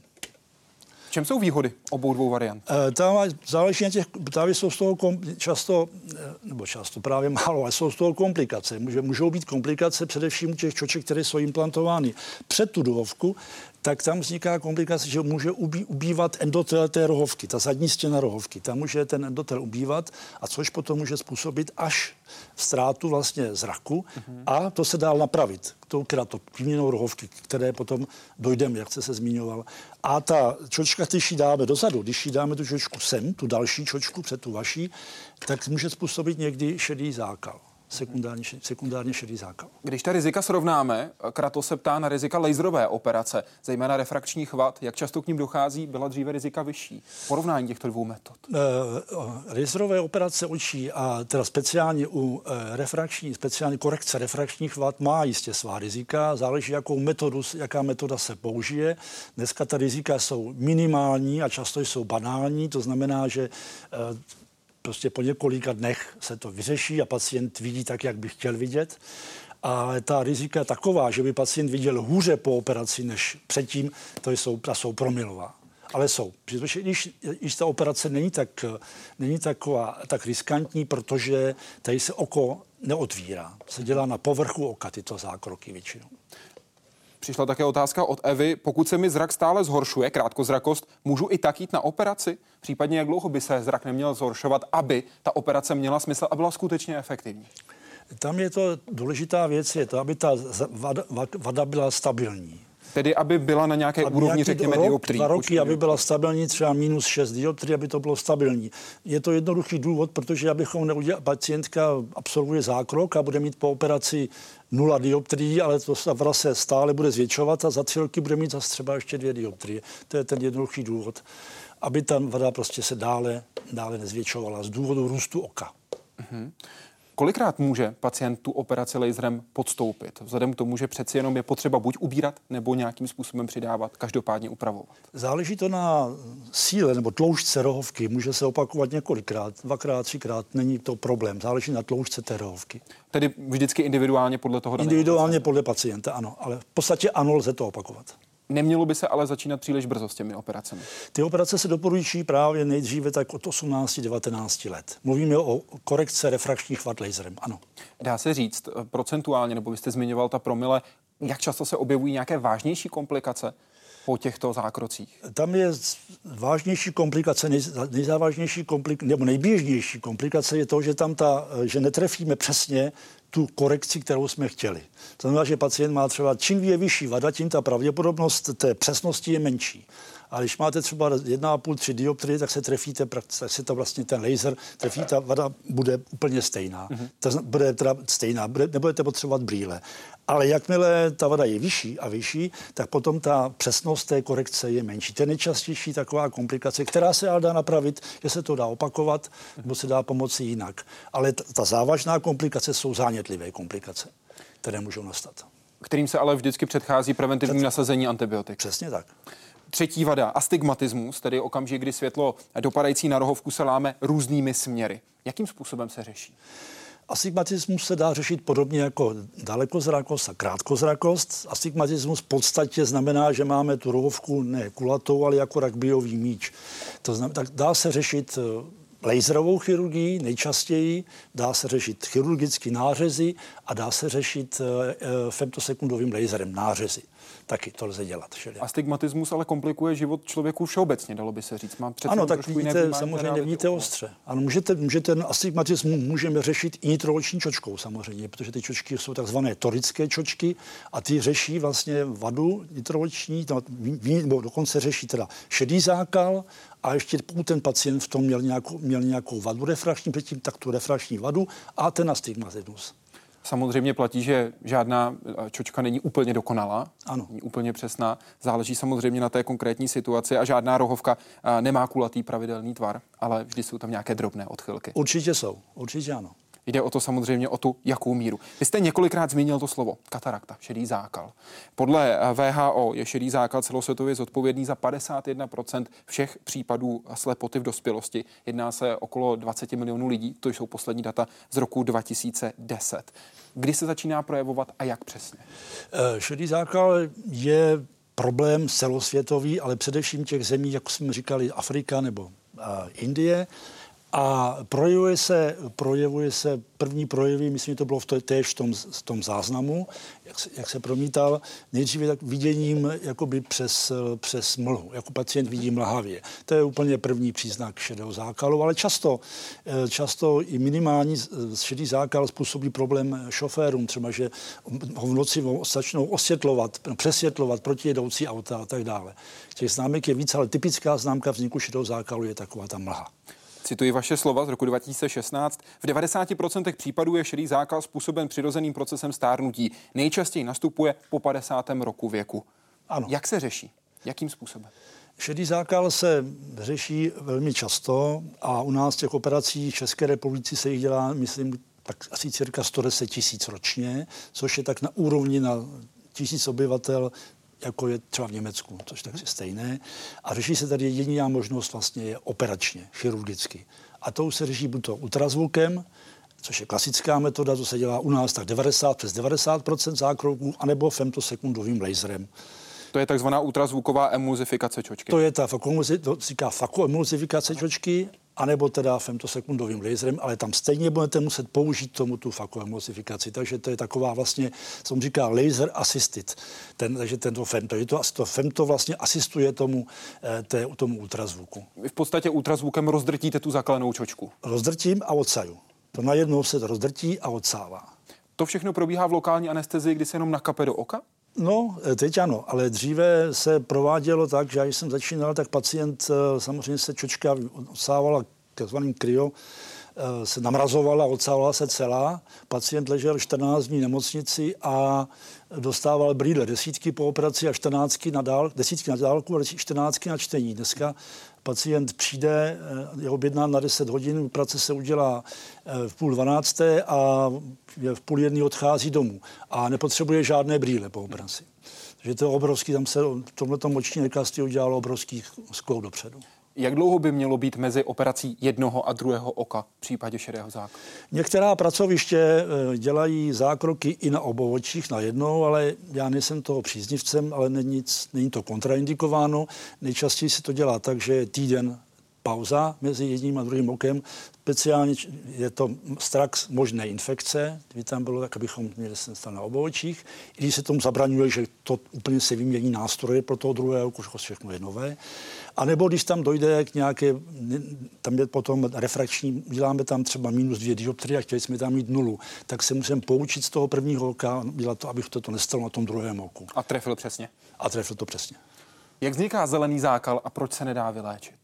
V čem jsou výhody obou dvou variant? Záleží na těch, právě jsou z toho často právě málo, ale jsou z toho komplikace. Můžou být komplikace především u těch čoček, které jsou implantovány před tu duhovku, tak tam vzniká komplikace, že může ubývat endotel té rohovky, ta zadní stěna rohovky. Tam může ten endotel ubývat, a což potom může způsobit až ztrátu vlastně zraku a to se dá napravit. Tou výměnou rohovky, které potom dojdeme, jak jste se zmiňoval. A ta čočka, když ji dáme dozadu, když ji dáme tu čočku sem, tu další čočku před tu vaší, tak může způsobit někdy šedý zákal. Sekundárně šedý zákal. Když ta rizika srovnáme, Krato se ptá na rizika laserové operace, zejména refrakčních vad. Jak často k ním dochází, byla dříve rizika vyšší? Porovnání těchto dvou metod. Laserové operace očí a teda speciálně u speciální korekce refrakčních vad má jistě svá rizika. Záleží, jaká metoda se použije. Dneska ta rizika jsou minimální a často jsou banální. To znamená, že prostě po několika dnech se to vyřeší a pacient vidí tak, jak by chtěl vidět. A ta rizika je taková, že by pacient viděl hůře po operaci než předtím, to jsou promilová. Ale jsou. Protože když ta operace není tak riskantní, protože tady se oko neotvírá. Se dělá na povrchu oka tyto zákroky většinou. Přišla také otázka od Evy. Pokud se mi zrak stále zhoršuje, krátkozrakost, můžu i tak jít na operaci? Případně jak dlouho by se zrak neměl zhoršovat, aby ta operace měla smysl a byla skutečně efektivní? Tam je to důležitá věc, je to, aby ta vada byla stabilní. Tedy aby byla na nějaké úrovni, řekněme, dioptrií. 2 roky, aby byla stabilní, třeba -6 dioptrií, aby to bylo stabilní. Je to jednoduchý důvod, protože abychom neudělali, pacientka absolvuje zákrok a bude mít po operaci 0 dioptrií, ale to vada se stále bude zvětšovat a za 3 roky bude mít zase třeba ještě 2 dioptrie. To je ten jednoduchý důvod, aby ta vada prostě se dále nezvětšovala z důvodu růstu oka. Kolikrát může pacient tu operaci laserem podstoupit? Vzhledem k tomu, že přeci jenom je potřeba buď ubírat, nebo nějakým způsobem přidávat, každopádně upravovat. Záleží to na síle nebo tloušťce rohovky. Může se opakovat několikrát, 2krát, 3krát, není to problém. Záleží na tloušťce té rohovky. Tedy vždycky individuálně podle toho daného individuálně podle pacienta, ano. Ale v podstatě ano, lze to opakovat. Nemělo by se ale začínat příliš brzo s těmi operacemi. Ty operace se doporučují právě nejdříve tak od 18-19 let. Mluvíme o korekce refrakčních vad laserem, ano. Dá se říct procentuálně, nebo vy jste zmiňoval ta promile, jak často se objevují nějaké vážnější komplikace po těchto zákrocích? Tam je vážnější komplikace, nejzávažnější nebo nejběžnější komplikace je to, že netrefíme přesně tu korekci, kterou jsme chtěli. To znamená, že pacient má třeba, čím je vyšší vada, tím ta pravděpodobnost té přesnosti je menší. A když máte třeba 1,5-3 dioptrie, tak se trefíte, tak se to vlastně ten laser trefí, ta vada bude úplně stejná. Bude teda stejná, nebudete potřebovat brýle. Ale jakmile ta vada je vyšší a vyšší, tak potom ta přesnost té korekce je menší. To je nejčastější taková komplikace, která se ale dá napravit, že se to dá opakovat, nebo se dá pomoci jinak. Ale ta závažná komplikace jsou zánětlivé komplikace, které můžou nastat. Kterým se ale vždycky předchází preventivní nasazení antibiotik. Přesně tak. Třetí vada, astigmatismus, tedy okamžik, kdy světlo dopadající na rohovku se láme různými směry. Jakým způsobem se řeší? Astigmatismus se dá řešit podobně jako dalekozrakost a krátkozrakost. Astigmatismus v podstatě znamená, že máme tu rohovku ne kulatou, ale jako rugbyový míč. To znamená, tak dá se řešit laserovou chirurgii nejčastěji, dá se řešit chirurgický nářezy a dá se řešit femtosekundovým laserem nářezy. Taky to lze dělat. Astigmatismus ale komplikuje život člověku všeobecně, dalo by se říct. Ano, tak vidíte, samozřejmě nevidíte ostře. Ano, můžete ten astigmatismus můžeme řešit i nitrooční čočkou samozřejmě, protože ty čočky jsou takzvané torické čočky a ty řeší vlastně vadu nitrooční, dokonce řeší teda šedý zákal a ještě pokud ten pacient v tom měl nějakou vadu refrakční, předtím tak tu refrakční vadu a ten astigmatismus. Samozřejmě platí, že žádná čočka není úplně dokonalá, ano. Není úplně přesná. Záleží samozřejmě na té konkrétní situaci a žádná rohovka nemá kulatý pravidelný tvar, ale vždy jsou tam nějaké drobné odchylky. Určitě jsou, určitě ano. Jde o to samozřejmě o tu jakou míru. Vy jste několikrát zmínil to slovo katarakta, šedý zákal. Podle WHO je šedý zákal celosvětově zodpovědný za 51% všech případů slepoty v dospělosti. Jedná se okolo 20 milionů lidí, to jsou poslední data z roku 2010. Kdy se začíná projevovat a jak přesně? Šedý zákal je problém celosvětový, ale především těch zemí, jako jsme říkali, Afrika nebo Indie. A projevuje se první projevy, myslím, že to bylo též v tom záznamu, jak se promítal, nejdříve tak viděním jakoby přes mlhu, jako pacient vidí mlhavě. To je úplně první příznak šedého zákalu, ale často i minimální šedý zákal způsobí problém šoférům, třeba, že ho v noci začnou přesvětlovat protijedoucí auta a tak dále. Těch známek je víc, ale typická známka vzniku šedého zákalu je taková ta mlha. Cituji vaše slova z roku 2016. V 90% případů je šedý zákal způsoben přirozeným procesem stárnutí. Nejčastěji nastupuje po 50. roku věku. Ano. Jak se řeší? Jakým způsobem? Šedý zákal se řeší velmi často a u nás těch operací v České republice se jich dělá, myslím, tak asi cirka 110 000 ročně, což je tak na úrovni na 1000 obyvatel, jako je třeba v Německu, což tak je stejné. A řeší se tady jediná možnost vlastně je operačně, chirurgicky. A to už se řeší buď to ultrazvukem, což je klasická metoda, to se dělá u nás tak 90% zákroků, anebo femtosekundovým laserem. To je takzvaná ultrazvuková emulzifikace čočky. To je ta fakoemulzifikace čočky, anebo teda femtosekundovým laserem, ale tam stejně budete muset použít tu fakoemulzifikaci. Takže to je taková vlastně, co říká laser assisted. Takže tento femto. To femto vlastně asistuje tomu ultrazvuku. Vy v podstatě ultrazvukem rozdrtíte tu zakalenou čočku. Rozdrtím a odsaju. To najednou se to rozdrtí a odsává. To všechno probíhá v lokální anestezii, kdy se jenom nakape do oka? No, teď ano, ale dříve se provádělo tak, že když jsem začínal, tak pacient, samozřejmě se čočka odsávala takzvaným kryo, se namrazovala, odsávala se celá. Pacient ležel 14 dní v nemocnici a dostával brýle, desítky po operaci a 14 na dálku a 14 na čtení. Dneska pacient přijde, je objednán na 10 hodin, operace se udělá v 11:30 a v 12:30 odchází domů a nepotřebuje žádné brýle po operaci. Takže to je obrovský, tam se v tomhletom oční lékařství udělalo obrovský skok dopředu. Jak dlouho by mělo být mezi operací jednoho a druhého oka v případě šedého zákalu? Některá pracoviště dělají zákroky i na obou očích na jednou, ale já nejsem toho příznivcem, ale není to kontraindikováno. Nejčastěji se to dělá tak, že je týden pauza mezi jedním a druhým okem. Speciálně je to strach možné infekce, kdyby tam bylo tak, abychom měli na obou očích. I když se tomu zabraňuje, že to úplně se vymění nástroje pro toho druhého oku, všechno je nové. A nebo když tam dojde k nějaké, tam je potom refrakční, děláme tam třeba -2 dioptrie a chtěli jsme tam mít 0, tak se musím poučit z toho prvního oka, dělat to, abych to nestalo na tom druhém oku. A trefil přesně? A trefil to přesně. Jak vzniká zelený zákal a proč se nedá vyléčit?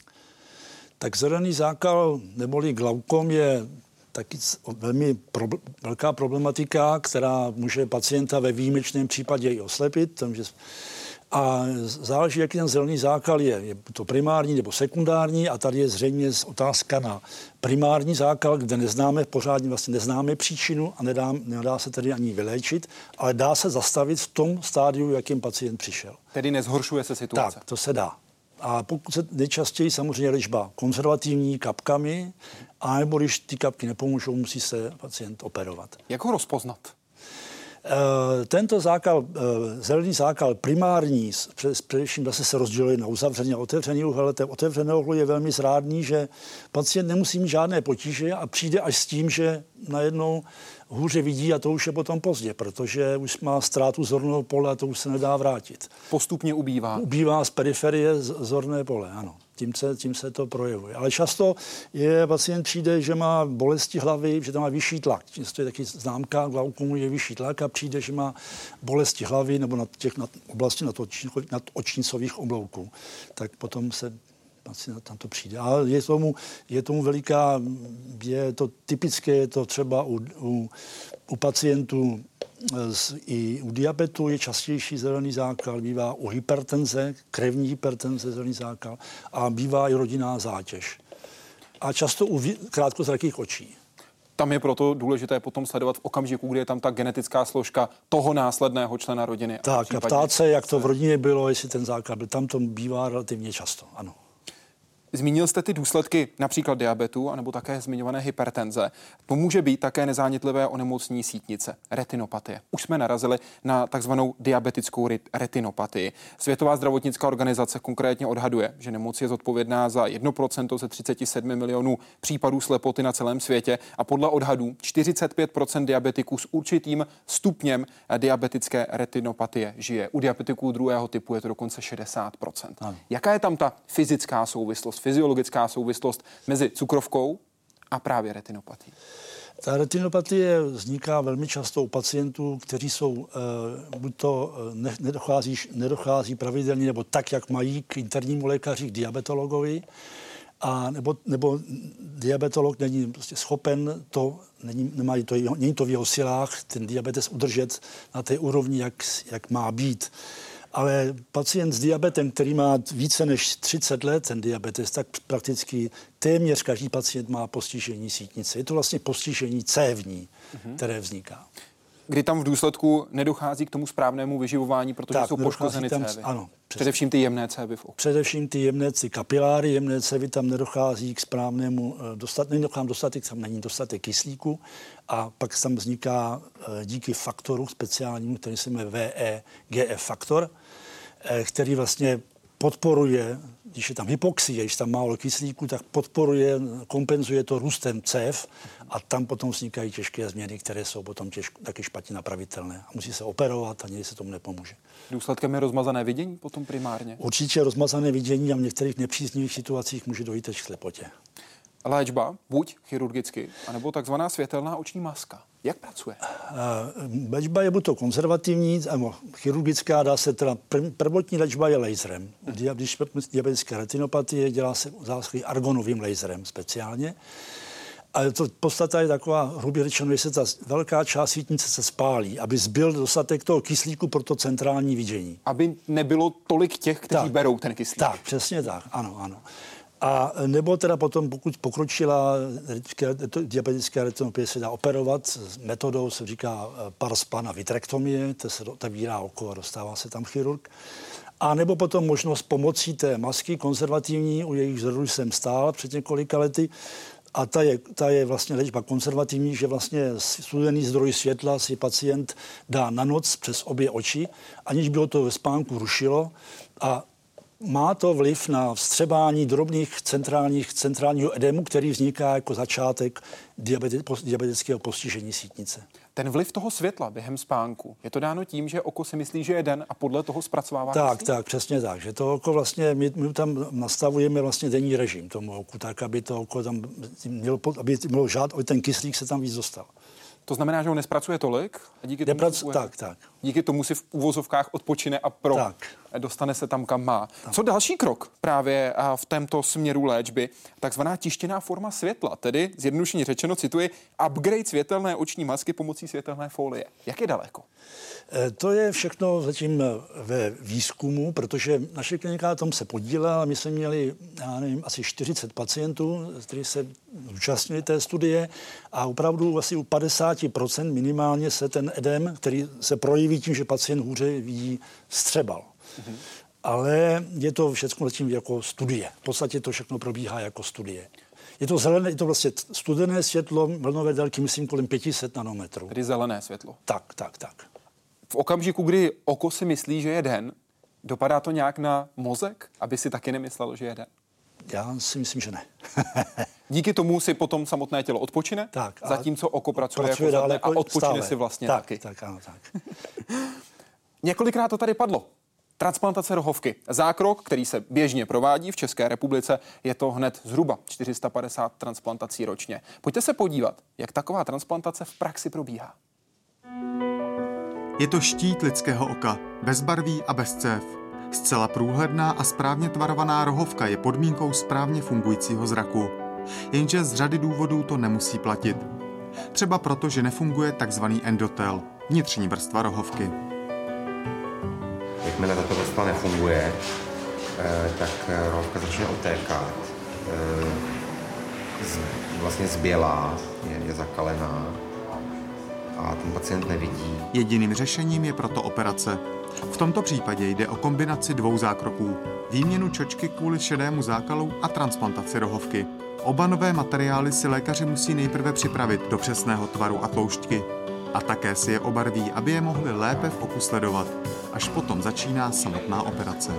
Tak zelený zákal neboli glaukom je taky velmi velká problematika, která může pacienta ve výjimečném případě i oslepit. A záleží, jaký ten zelený zákal je to primární nebo sekundární a tady je zřejmě otázka na primární zákal, kde pořádně vlastně neznáme příčinu a nedá se tedy ani vyléčit, ale dá se zastavit v tom stádiu, jakým pacient přišel. Tedy nezhoršuje se situace? Tak, to se dá. A pokud se nejčastěji samozřejmě léčba konzervativní kapkami, anebo když ty kapky nepomůžou, musí se pacient operovat. Jak ho rozpoznat? Tento zákal, zelený zákal primární, především zase se rozděluje na uzavřený a otevřený úhel. Ten otevřený úhel je velmi zrádný, že pacient nemusí mít žádné potíže a přijde až s tím, že najednou hůře vidí a to už je potom pozdě, protože už má ztrátu zorného pole a to už se nedá vrátit. Postupně ubývá. Ubývá z periferie zorné pole, ano. Tím se to projevuje. Ale často pacient přijde, že má bolesti hlavy, že tam má vyšší tlak. To je taky známka glaukomu, je vyšší tlak a přijde, že má bolesti hlavy nebo na oblasti nad očnicových oblouků. Tak potom se tam to přijde. Ale je tomu veliká, je to typické, je to třeba u pacientů i u diabetu je častější zelený zákal, bývá u hypertenze, krevní hypertenze zelený zákal a bývá i rodinná zátěž. A často u krátkozrakých očí. Tam je proto důležité potom sledovat v okamžiku, kdy je tam ta genetická složka toho následného člena rodiny. Tak a ptát se, jak to v rodině bylo, jestli ten zákal byl. Tam to bývá relativně často, ano. Zmínil jste ty důsledky například diabetu anebo také zmiňované hypertenze. To může být také nezánětlivé onemocnění sítnice, retinopatie. Už jsme narazili na takzvanou diabetickou retinopatii. Světová zdravotnická organizace konkrétně odhaduje, že nemoc je zodpovědná za 1% ze 37 milionů případů slepoty na celém světě a podle odhadů 45% diabetiků s určitým stupněm diabetické retinopatie žije. U diabetiků druhého typu je to dokonce 60%. Ano. Jaká je tam ta fyzická souvislost, fyziologická souvislost mezi cukrovkou a právě retinopatií? Ta retinopatie vzniká velmi často u pacientů, kteří jsou buď to nedochází pravidelně nebo tak, jak mají k internímu lékaři, k diabetologovi, a nebo diabetolog není prostě schopen není to v jeho silách ten diabetes udržet na té úrovni, jak má být. Ale pacient s diabetem, který má více než 30 let ten diabetes, tak prakticky téměř každý pacient má postižení sítnice. Je to vlastně postižení cévní, které vzniká. Kdy tam v důsledku nedochází k tomu správnému vyživování, protože jsou poškozeny cévy. Ano, především ty jemné cévy v oku. Především ty jemné kapiláry, jemné cévy, tam nedochází k správnému tam není dostatek kyslíku a pak tam vzniká díky faktoru speciálnímu, který se jmenuje VEGF faktor, který vlastně podporuje, když je tam hypoxie, když tam málo kyslíku, tak kompenzuje to růstem cév a tam potom vznikají těžké změny, které jsou potom taky špatně napravitelné. A musí se operovat a někdy se tomu nepomůže. Důsledkem je rozmazané vidění potom primárně? Určitě rozmazané vidění a v některých nepříznivých situacích může dojít k slepotě. Léčba, buď chirurgicky, anebo takzvaná světelná oční maska. Jak pracuje? Léčba je buď to konzervativní, nebo chirurgická, dá se teda, prvotní léčba je laserem. Když diabetické retinopatie dělá se zásahy argonovým laserem speciálně. Ale to podstata je taková, hrubě řečeno, že se ta velká část sítnice se spálí, aby zbyl dostatek toho kyslíku pro to centrální vidění. Aby nebylo tolik těch, kteří berou ten kyslík. Tak, přesně tak, ano. A nebo teda potom, pokud pokročila diabetická retinopatie, se dá operovat s metodou, se říká parspana vitrektomie, to se otevírá oko a dostává se tam chirurg. A nebo potom možnost pomocí té masky konzervativní, u jejich vzhledu jsem stál před několika lety, a ta je vlastně léčba konzervativní, že vlastně studený zdroj světla si pacient dá na noc přes obě oči, aniž by ho to ve spánku rušilo a má to vliv na vstřebání drobných centrálního edému, který vzniká jako začátek diabetického postižení sítnice. Ten vliv toho světla během spánku, je to dáno tím, že oko si myslí, že je den a podle toho zpracovává kyslík? Tak, přesně tak. Že to oko vlastně, my tam nastavujeme vlastně denní režim tomu oku, tak, aby to oko tam mělo aby ten kyslík se tam víc dostal. To znamená, že ho nespracuje tolik a díky tomu tak. Díky tomu si v uvozovkách odpočine a dostane se tam, kam má. Co další krok právě v tomto směru léčby? Takzvaná tištěná forma světla, tedy zjednodušeně řečeno, cituji, upgrade světelné oční masky pomocí světelné folie. Jak je daleko? To je všechno zatím ve výzkumu, protože naše klinika na tom se podílela. My jsme měli, já nevím, asi 40 pacientů, kteří se zúčastnili té studie a opravdu asi u 50% minimálně se ten edém, který se projeví tím, že pacient hůře vidí, střebal. Ale je to všechno zatím jako studie. V podstatě to všechno probíhá jako studie. Je to zelené, je to vlastně studené světlo, vlnové délky, myslím, kolem 500 nanometrů. Tedy zelené světlo. Tak. V okamžiku, kdy oko si myslí, že je den, dopadá to nějak na mozek, aby si taky nemyslel, že je den? Já si myslím, že ne. Díky tomu si potom samotné tělo odpočine, tak, zatímco oko pracuje jako zadne a odpočine stále. si vlastně tak, taky. Tak, ano, tak. Několikrát to tady padlo. Transplantace rohovky. Zákrok, který se běžně provádí v České republice, je to hned zhruba 450 transplantací ročně. Pojďte se podívat, jak taková transplantace v praxi probíhá. Je to štít lidského oka, bezbarvý a bez cév. Zcela průhledná a správně tvarovaná rohovka je podmínkou správně fungujícího zraku. Jenže z řady důvodů to nemusí platit. Třeba proto, že nefunguje takzvaný endotel, vnitřní vrstva rohovky. Jakmile tato vrstva nefunguje, tak rohovka začne otékat, vlastně zbělá, je zakalená a ten pacient nevidí. Jediným řešením je proto operace. V tomto případě jde o kombinaci dvou zákroků. Výměnu čočky kvůli šedému zákalu a transplantaci rohovky. Oba nové materiály si lékaři musí nejprve připravit do přesného tvaru a tloušťky. A také si je obarví, aby je mohli lépe v oku sledovat. Až potom začíná samotná operace.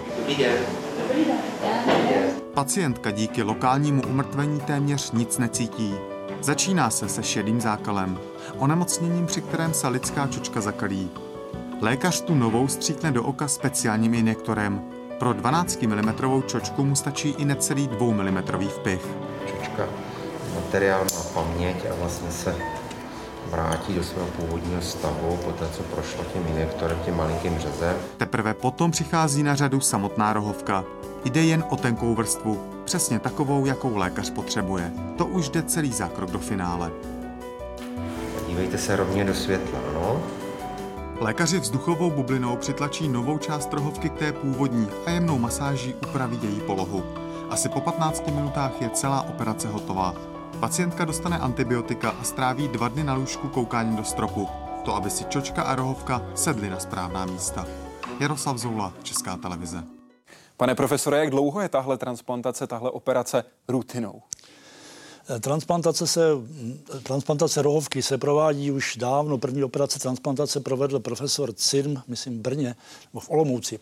Pacientka díky lokálnímu umrtvení téměř nic necítí. Začíná se šedým zákalem, onemocněním, při kterém se lidská čočka zakalí. Lékař tu novou stříkne do oka speciálním injektorem. Pro 12 mm čočku mu stačí i necelý 2 mm vpich. Čočka, materiál má paměť a vlastně se vrátí do svého původního stavu, poté co prošlo tím injektorem, tím malinkým řezem. Teprve potom přichází na řadu samotná rohovka. Jde jen o tenkou vrstvu, přesně takovou, jakou lékař potřebuje. To už jde celý zákrok do finále. Dívejte se rovně do světla, ano? Lékaři vzduchovou bublinou přitlačí novou část rohovky k té původní a jemnou masáží upraví její polohu. Asi po 15 minutách je celá operace hotová. Pacientka dostane antibiotika a stráví 2 dny na lůžku koukáním do stropu. To, aby si čočka a rohovka sedly na správná místa. Jaroslav Zoula, Česká televize. Pane profesore, jak dlouho je tahle transplantace, tahle operace rutinou? Transplantace rohovky se provádí už dávno. První operace transplantace provedl profesor Cirm, myslím v Brně, nebo v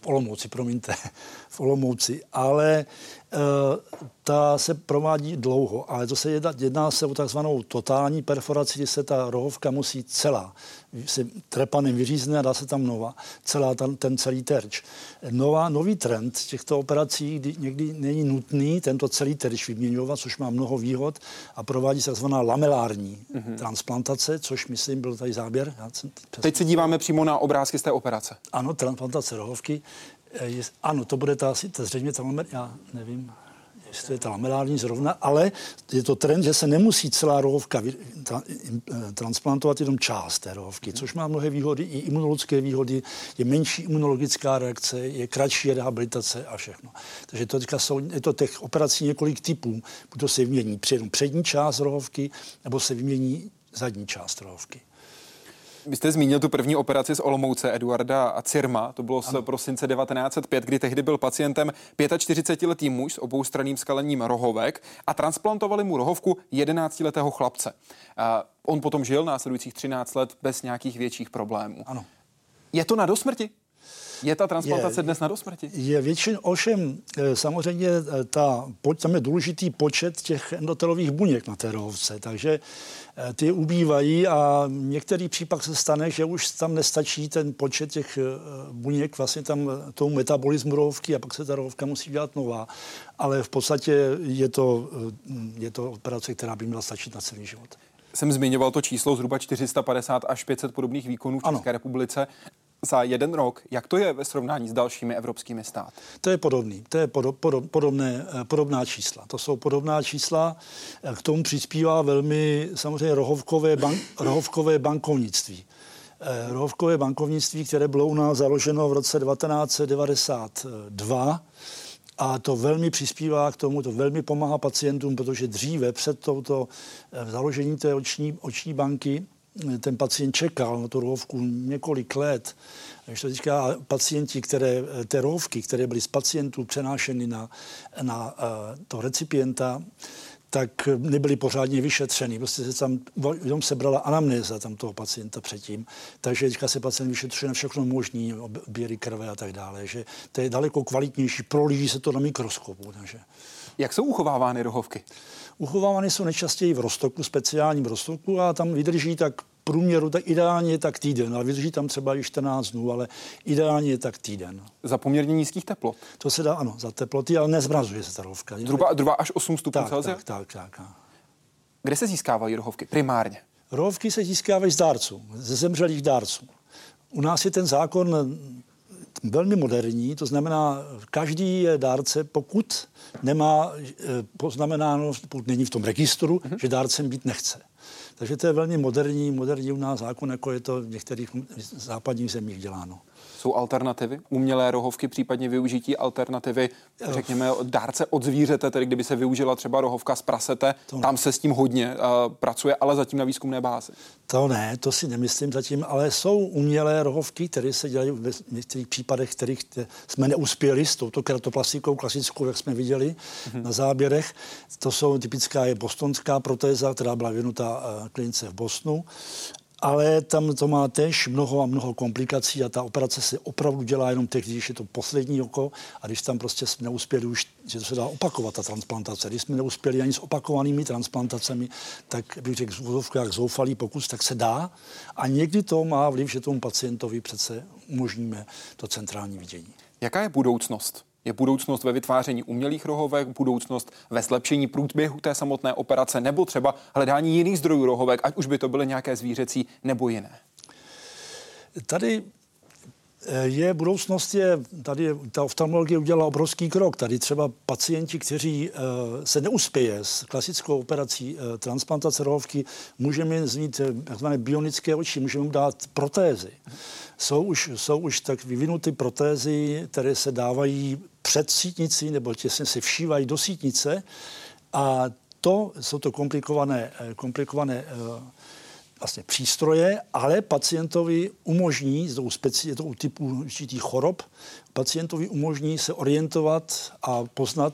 Olomouci, ale ta se provádí dlouho, ale to se jedná se o takzvanou totální perforaci, kdy se ta rohovka musí celá, se trepanem vyřízne a dá se tam nová, ten celý terč. Nový trend těchto operací, kdy někdy není nutný tento celý terč vyměňovat, což má mnoho výhod a provádí se takzvaná lamelární transplantace, což myslím byl tady záběr. Teď se díváme přímo na obrázky z té operace. Ano, transplantace rohovky. Ano, to bude zřejmě ta já nevím, jestli to je ta lamelární zrovna, ale je to trend, že se nemusí celá rohovka transplantovat, jenom část té rohovky, což má mnohé výhody, i imunologické výhody, je menší imunologická reakce, je kratší rehabilitace a všechno. Takže je to těch operací několik typů. Buď to se vymění přední část rohovky, nebo se vymění zadní část rohovky. Vy jste zmínil tu první operaci z Olomouce Eduarda Cirma, to bylo z prosince 1905, kdy tehdy byl pacientem 45letý muž s oboustranným skalením rohovek a transplantovali mu rohovku 11letého chlapce. On potom žil následujících 13 let bez nějakých větších problémů. Ano. Je to na dosmrti? Je ta transplantace dnes na dosmrti? Je ovšem samozřejmě tam je důležitý počet těch endotelových buněk na té rohovce, takže ty ubývají a v některých případech se stane, že už tam nestačí ten počet těch buněk vlastně tam tomu metabolismu rohovky a pak se ta rohovka musí dělat nová. Ale v podstatě je to operace, která by měla stačit na celý život. Jsem zmiňoval to číslo zhruba 450 až 500 podobných výkonů v České republice. za jeden rok. Jak to je ve srovnání s dalšími evropskými státy? To je podobný. To je podobná čísla. To jsou podobná čísla. K tomu přispívá velmi samozřejmě rohovkové bankovnictví. Rohovkové bankovnictví, které bylo u nás založeno v roce 1992, a to velmi přispívá k tomu, to velmi pomáhá pacientům, protože dříve před touto založením té oční banky ten pacient čekal na tu rohovku několik let. Když to říká, pacienti, té rohovky, které byly z pacientů přenášeny na toho recipienta, tak nebyly pořádně vyšetřeny. Prostě se tam jenom sebrala anamnéza tam toho pacienta předtím. Takže teďka se pacient vyšetřuje na všechno možný, oběry krve a tak dále. Že to je daleko kvalitnější, prolíží se to na mikroskopu. Takže. Jak jsou uchovávány rohovky? Uchovávány jsou nejčastěji v roztoku, speciálním roztoku, a tam vydrží tak průměru, tak ideálně je tak týden, ale vydrží tam třeba i 14 dnů, ale ideálně je tak týden. Za poměrně nízkých teplot? To se dá, ano, za teploty, ale nezmrazuje se ta rohovka. Zhruba až 8 stupňů Celsia? Tak. Kde se získávají rohovky primárně? Rohovky se získávají z dárců, ze zemřelých dárců. U nás je ten zákon velmi moderní, to znamená, každý je dárce, pokud nemá poznamenáno, pokud není v tom registru, že dárcem být nechce. Takže to je velmi moderní u nás zákon, jako je to v některých západních zemích děláno. Jsou alternativy? Umělé rohovky, případně využití alternativy, řekněme, dárce od zvířete, tedy kdyby se využila třeba rohovka z prasete, tam se s tím hodně pracuje, ale zatím na výzkumné bázi. To ne, to si nemyslím zatím, ale jsou umělé rohovky, které se dělají v některých případech, kterých jsme neuspěli s touto keratoplastikou klasickou, jak jsme viděli na záběrech. To jsou typická je bostonská protéza, která byla vyvinuta klinice v Bostonu. Ale tam to má též mnoho komplikací a ta operace se opravdu dělá jenom tehdy, když je to poslední oko a když tam prostě jsme neuspěli už, že to se dá opakovat ta transplantace. Když jsme neuspěli ani s opakovanými transplantacemi, tak bych řekl v úvozovkách zoufalý pokus, tak se dá a někdy to má vliv, že tomu pacientovi přece umožníme to centrální vidění. Jaká je budoucnost? Je budoucnost ve vytváření umělých rohovek, budoucnost ve zlepšení průběhu té samotné operace nebo třeba hledání jiných zdrojů rohovek, ať už by to byly nějaké zvířecí nebo jiné? Tady tady ta oftalmologie udělala obrovský krok. Tady třeba pacienti, kteří se neuspěje s klasickou operací transplantace rohovky, můžeme zmít takzvané bionické oči, můžeme mu dát protézy. Jsou už tak vyvinuty protézy, které se dávají před sítnicí nebo těsně se všívají do sítnice a jsou to komplikované vlastně přístroje, ale pacientovi umožní, je to u typu určitých chorob, pacientovi umožní se orientovat a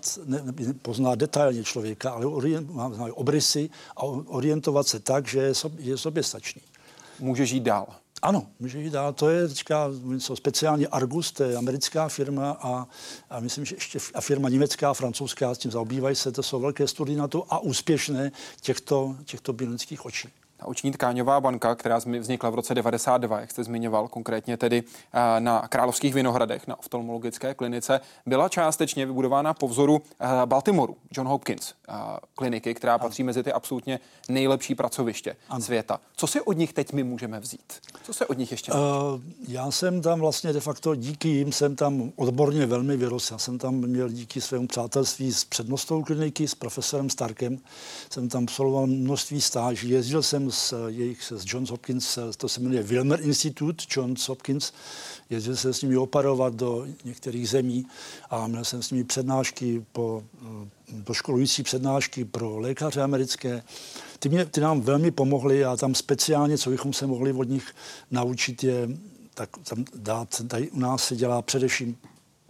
poznat detailně člověka, ale má obrysy a orientovat se tak, že je soběstačný. Může žít dál. Ano, může žít dál. To je teďka speciálně Argus, to je americká firma a myslím, že ještě firma německá, francouzská, s tím zaobývají se, to jsou velké studie na to a úspěšné těchto bionických očí. Ta oční tkáňová banka, která vznikla v roce 1992, jak jste zmiňoval, konkrétně tedy na Královských Vinohradech, na oftalmologické klinice, byla částečně vybudována po vzoru Baltimoru, John Hopkins kliniky, která patří mezi ty absolutně nejlepší pracoviště světa. Co si od nich teď my můžeme vzít? Co se od nich ještě Já jsem tam vlastně de facto díky jim jsem tam odborně velmi vyrostl. Já jsem tam měl díky svému přátelství s přednostou kliniky, s profesorem Starkem, jsem tam absolvoval množství stáží, jezdil jsem z Johns Hopkins, to se jmenuje Wilmer Institute, Johns Hopkins. Jezdil jsem s nimi operovat do některých zemí a měl jsem s nimi přednášky doškolující přednášky pro lékaře americké. Ty nám velmi pomohly a tam speciálně, co bychom se mohli od nich naučit, je tak tam dát, tady u nás se dělá především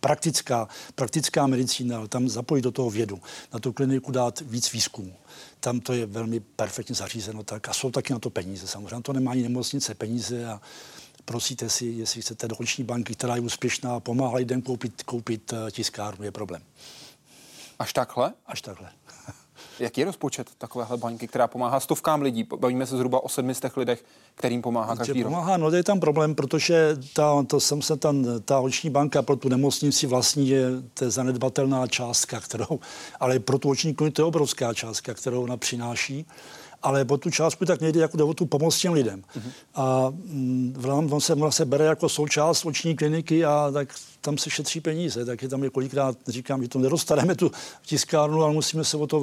praktická medicína, ale tam zapojit do toho vědu. Na tu kliniku dát víc výzkumu. Tam to je velmi perfektně zařízeno tak a jsou taky na to peníze. Samozřejmě to nemá ani nemocnice peníze a prosíte si, jestli chcete do oční banky, která je úspěšná a pomáhá lidem koupit tiskárnu, je problém. Až takhle? Až takhle. Jaký je rozpočet takovéhle banky, která pomáhá stovkám lidí? Bavíme se zhruba o 700 lidech, kterým pomáhá každý rok. No, je tam problém, protože ta oční banka pro tu nemocnici vlastně je zanedbatelná částka, ale pro tu oční kliniku to je obrovská částka, kterou ona přináší. ale po tu částku tak nejde jako o tu pomoc těm lidem. A on se vlastně bere jako součást oční kliniky a tak tam se šetří peníze, tak je tam kolikrát, říkám, že to nedostaneme tu tiskárnu, ale musíme se o to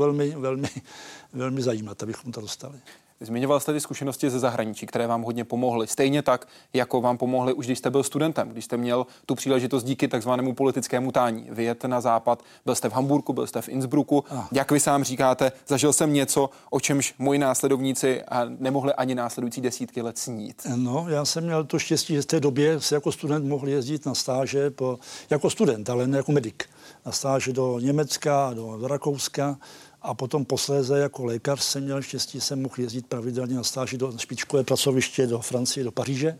velmi zajímat, abychom to dostali. Zmiňoval jste ty zkušenosti ze zahraničí, které vám hodně pomohly. Stejně tak, jako vám pomohly už když jste byl studentem, když jste měl tu příležitost díky takzvanému politickému tání vyjet na západ. Byl jste v Hamburku, byl jste v Innsbrucku. Jak vy sám říkáte, zažil jsem něco, o čemž moji následovníci a nemohli ani následující desítky let snít. No, já jsem měl to štěstí, že v té době se jako student mohl jezdit na stáže, jako student, ale ne jako medic, na stáže do Německa, do Rakouska. A potom posléze jako lékař jsem měl štěstí, jsem mohl jezdit pravidelně na stáži do špičkové pracoviště do Francie, do Paříže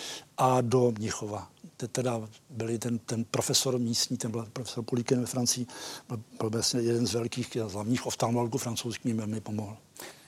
a do Mnichova. Teda byli ten profesor místní, ten byl profesor Poliken ve Francii, byl vlastně jeden z velkých hlavních oftalmologů francouzských, mi velmi pomohl.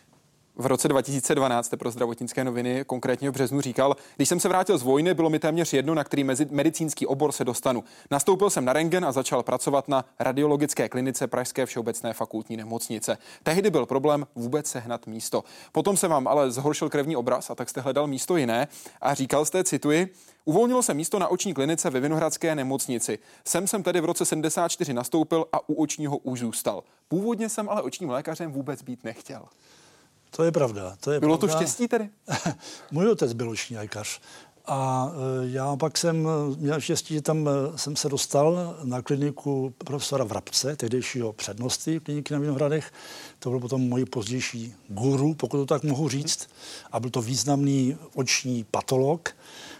V roce 2012 pro Zdravotnické noviny, konkrétně v březnu, říkal: když jsem se vrátil z vojny, bylo mi téměř jedno, na který medicínský obor se dostanu. Nastoupil jsem na rentgen a začal pracovat na radiologické klinice Pražské všeobecné fakultní nemocnice. Tehdy byl problém vůbec sehnat místo. Potom se vám ale zhoršil krevní obraz a tak jste hledal místo jiné a říkal jste, cituji: uvolnilo se místo na oční klinice ve Vinohradské nemocnici. Sem jsem tedy v roce 74 nastoupil a u očního už zůstal. Původně jsem ale očním lékařem vůbec být nechtěl. To je pravda. Bylo to štěstí tedy? Můj otec byl oční lékař. A já pak jsem měl štěstí, že tam jsem se dostal na kliniku profesora Vrabce, tehdejšího přednosty kliniky na Vinohradech. To byl potom můj pozdější guru, pokud to tak mohu říct. A byl to významný oční patolog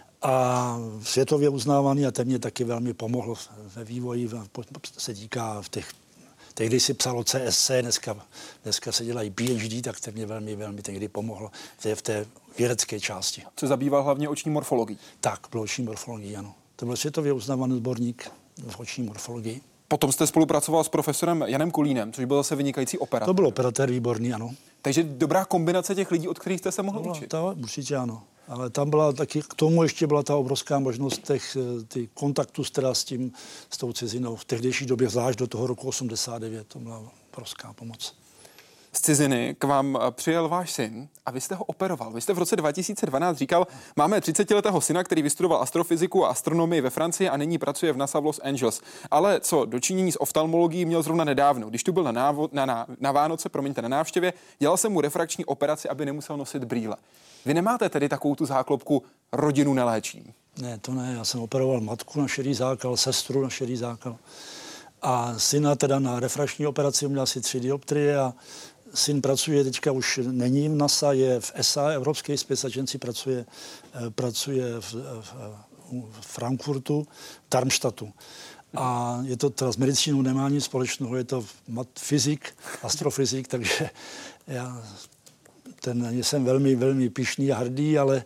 a světově uznávaný a ten mě taky velmi pomohl ve vývoji, se týká v těch. Tehdy si psalo CSC, dneska se dělají PhD, tak to mě velmi tehdy pomohlo v té vědecké části. Co zabýval hlavně oční morfologii? Tak, bylo oční morfologii, ano. To byl světově uznávaný odborník v oční morfologii. Potom jste spolupracoval s profesorem Janem Kulínem, což byl zase vynikající operatér. To byl operatér výborný, ano. Takže dobrá kombinace těch lidí, od kterých jste se mohl učit. To určitě ano. Ale tam byla taky, k tomu ještě byla ta obrovská možnost ty kontaktů s tou cizinou. V tehdejší době, zvlášť do toho roku 89, to byla obrovská pomoc. Z ciziny k vám přijel váš syn a vy jste ho operoval. Vy jste v roce 2012 říkal: máme 30letého syna, který vystudoval astrofyziku a astronomii ve Francii a nyní pracuje v NASA v Los Angeles. Ale co dočinění s oftalmologií měl zrovna nedávno. Když tu byl na Vánoce, na návštěvě, dělal jsem mu refrakční operaci, aby nemusel nosit brýle. Vy nemáte tedy takovou tu záklopku rodinu neléčím? Ne, to ne. Já jsem operoval matku na šedý zákal, sestru na šedý zákal. A syna teda na refrakční operaci měl asi 3 dioptrie a syn pracuje, teďka už není v NASA, je v ESA, Evropské Space Agency, pracuje v Frankfurtu, Darmstadtu. A je to teda s medicínou nemá nic společného, je to fyzik, astrofyzik, takže já jsem velmi pyšný a hrdý, ale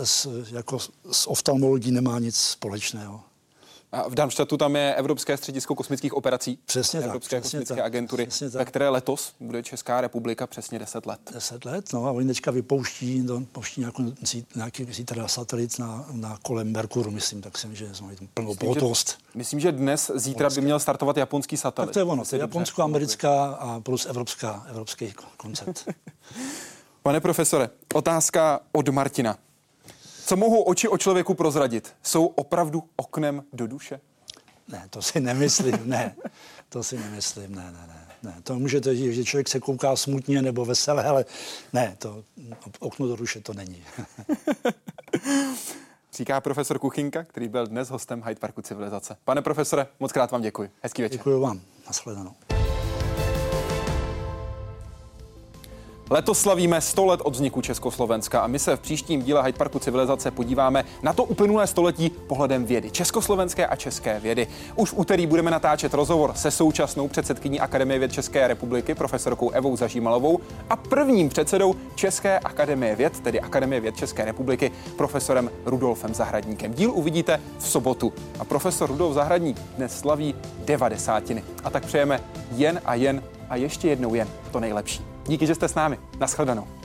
s oftalmologií nemá nic společného. A v Darmstadtu tam je Evropské středisko kosmických operací. Přesně Evropské tak. kosmické agentury, ve které letos bude Česká republika přesně 10 let. 10 let, no a oni teďka vypouští nějaký zítra satelit na kolem Merkuru, myslím, tak jsem, že jsme plnou pohotovost. Myslím, že zítra by měl startovat japonský satelit. Tak to je ono, to je japonsko-americká a plus evropský koncept. Pane profesore, otázka od Martina. Co mohou oči o člověku prozradit? Jsou opravdu oknem do duše? Ne, to si nemyslím, ne. To můžete říct, že člověk se kouká smutně nebo veselé, ale ne, to okno do duše to není. Říká profesor Kuchynka, který byl dnes hostem Hyde Parku civilizace. Pane profesore, moc krát vám děkuji. Hezký večer. Děkuji vám. Nashledanou. Letos slavíme 100 let od vzniku Československa a my se v příštím díle Hyde Parku civilizace podíváme na to uplynulé století pohledem vědy, československé a české vědy. Už v úterý budeme natáčet rozhovor se současnou předsedkyní Akademie věd České republiky, profesorkou Evou Zažímalovou, a prvním předsedou České akademie věd, tedy Akademie věd České republiky, profesorem Rudolfem Zahradníkem. Díl uvidíte v sobotu. A profesor Rudolf Zahradník dnes slaví 90. A tak přejeme jen a ještě jednou jen to nejlepší. Díky, že jste s námi. Naschledanou.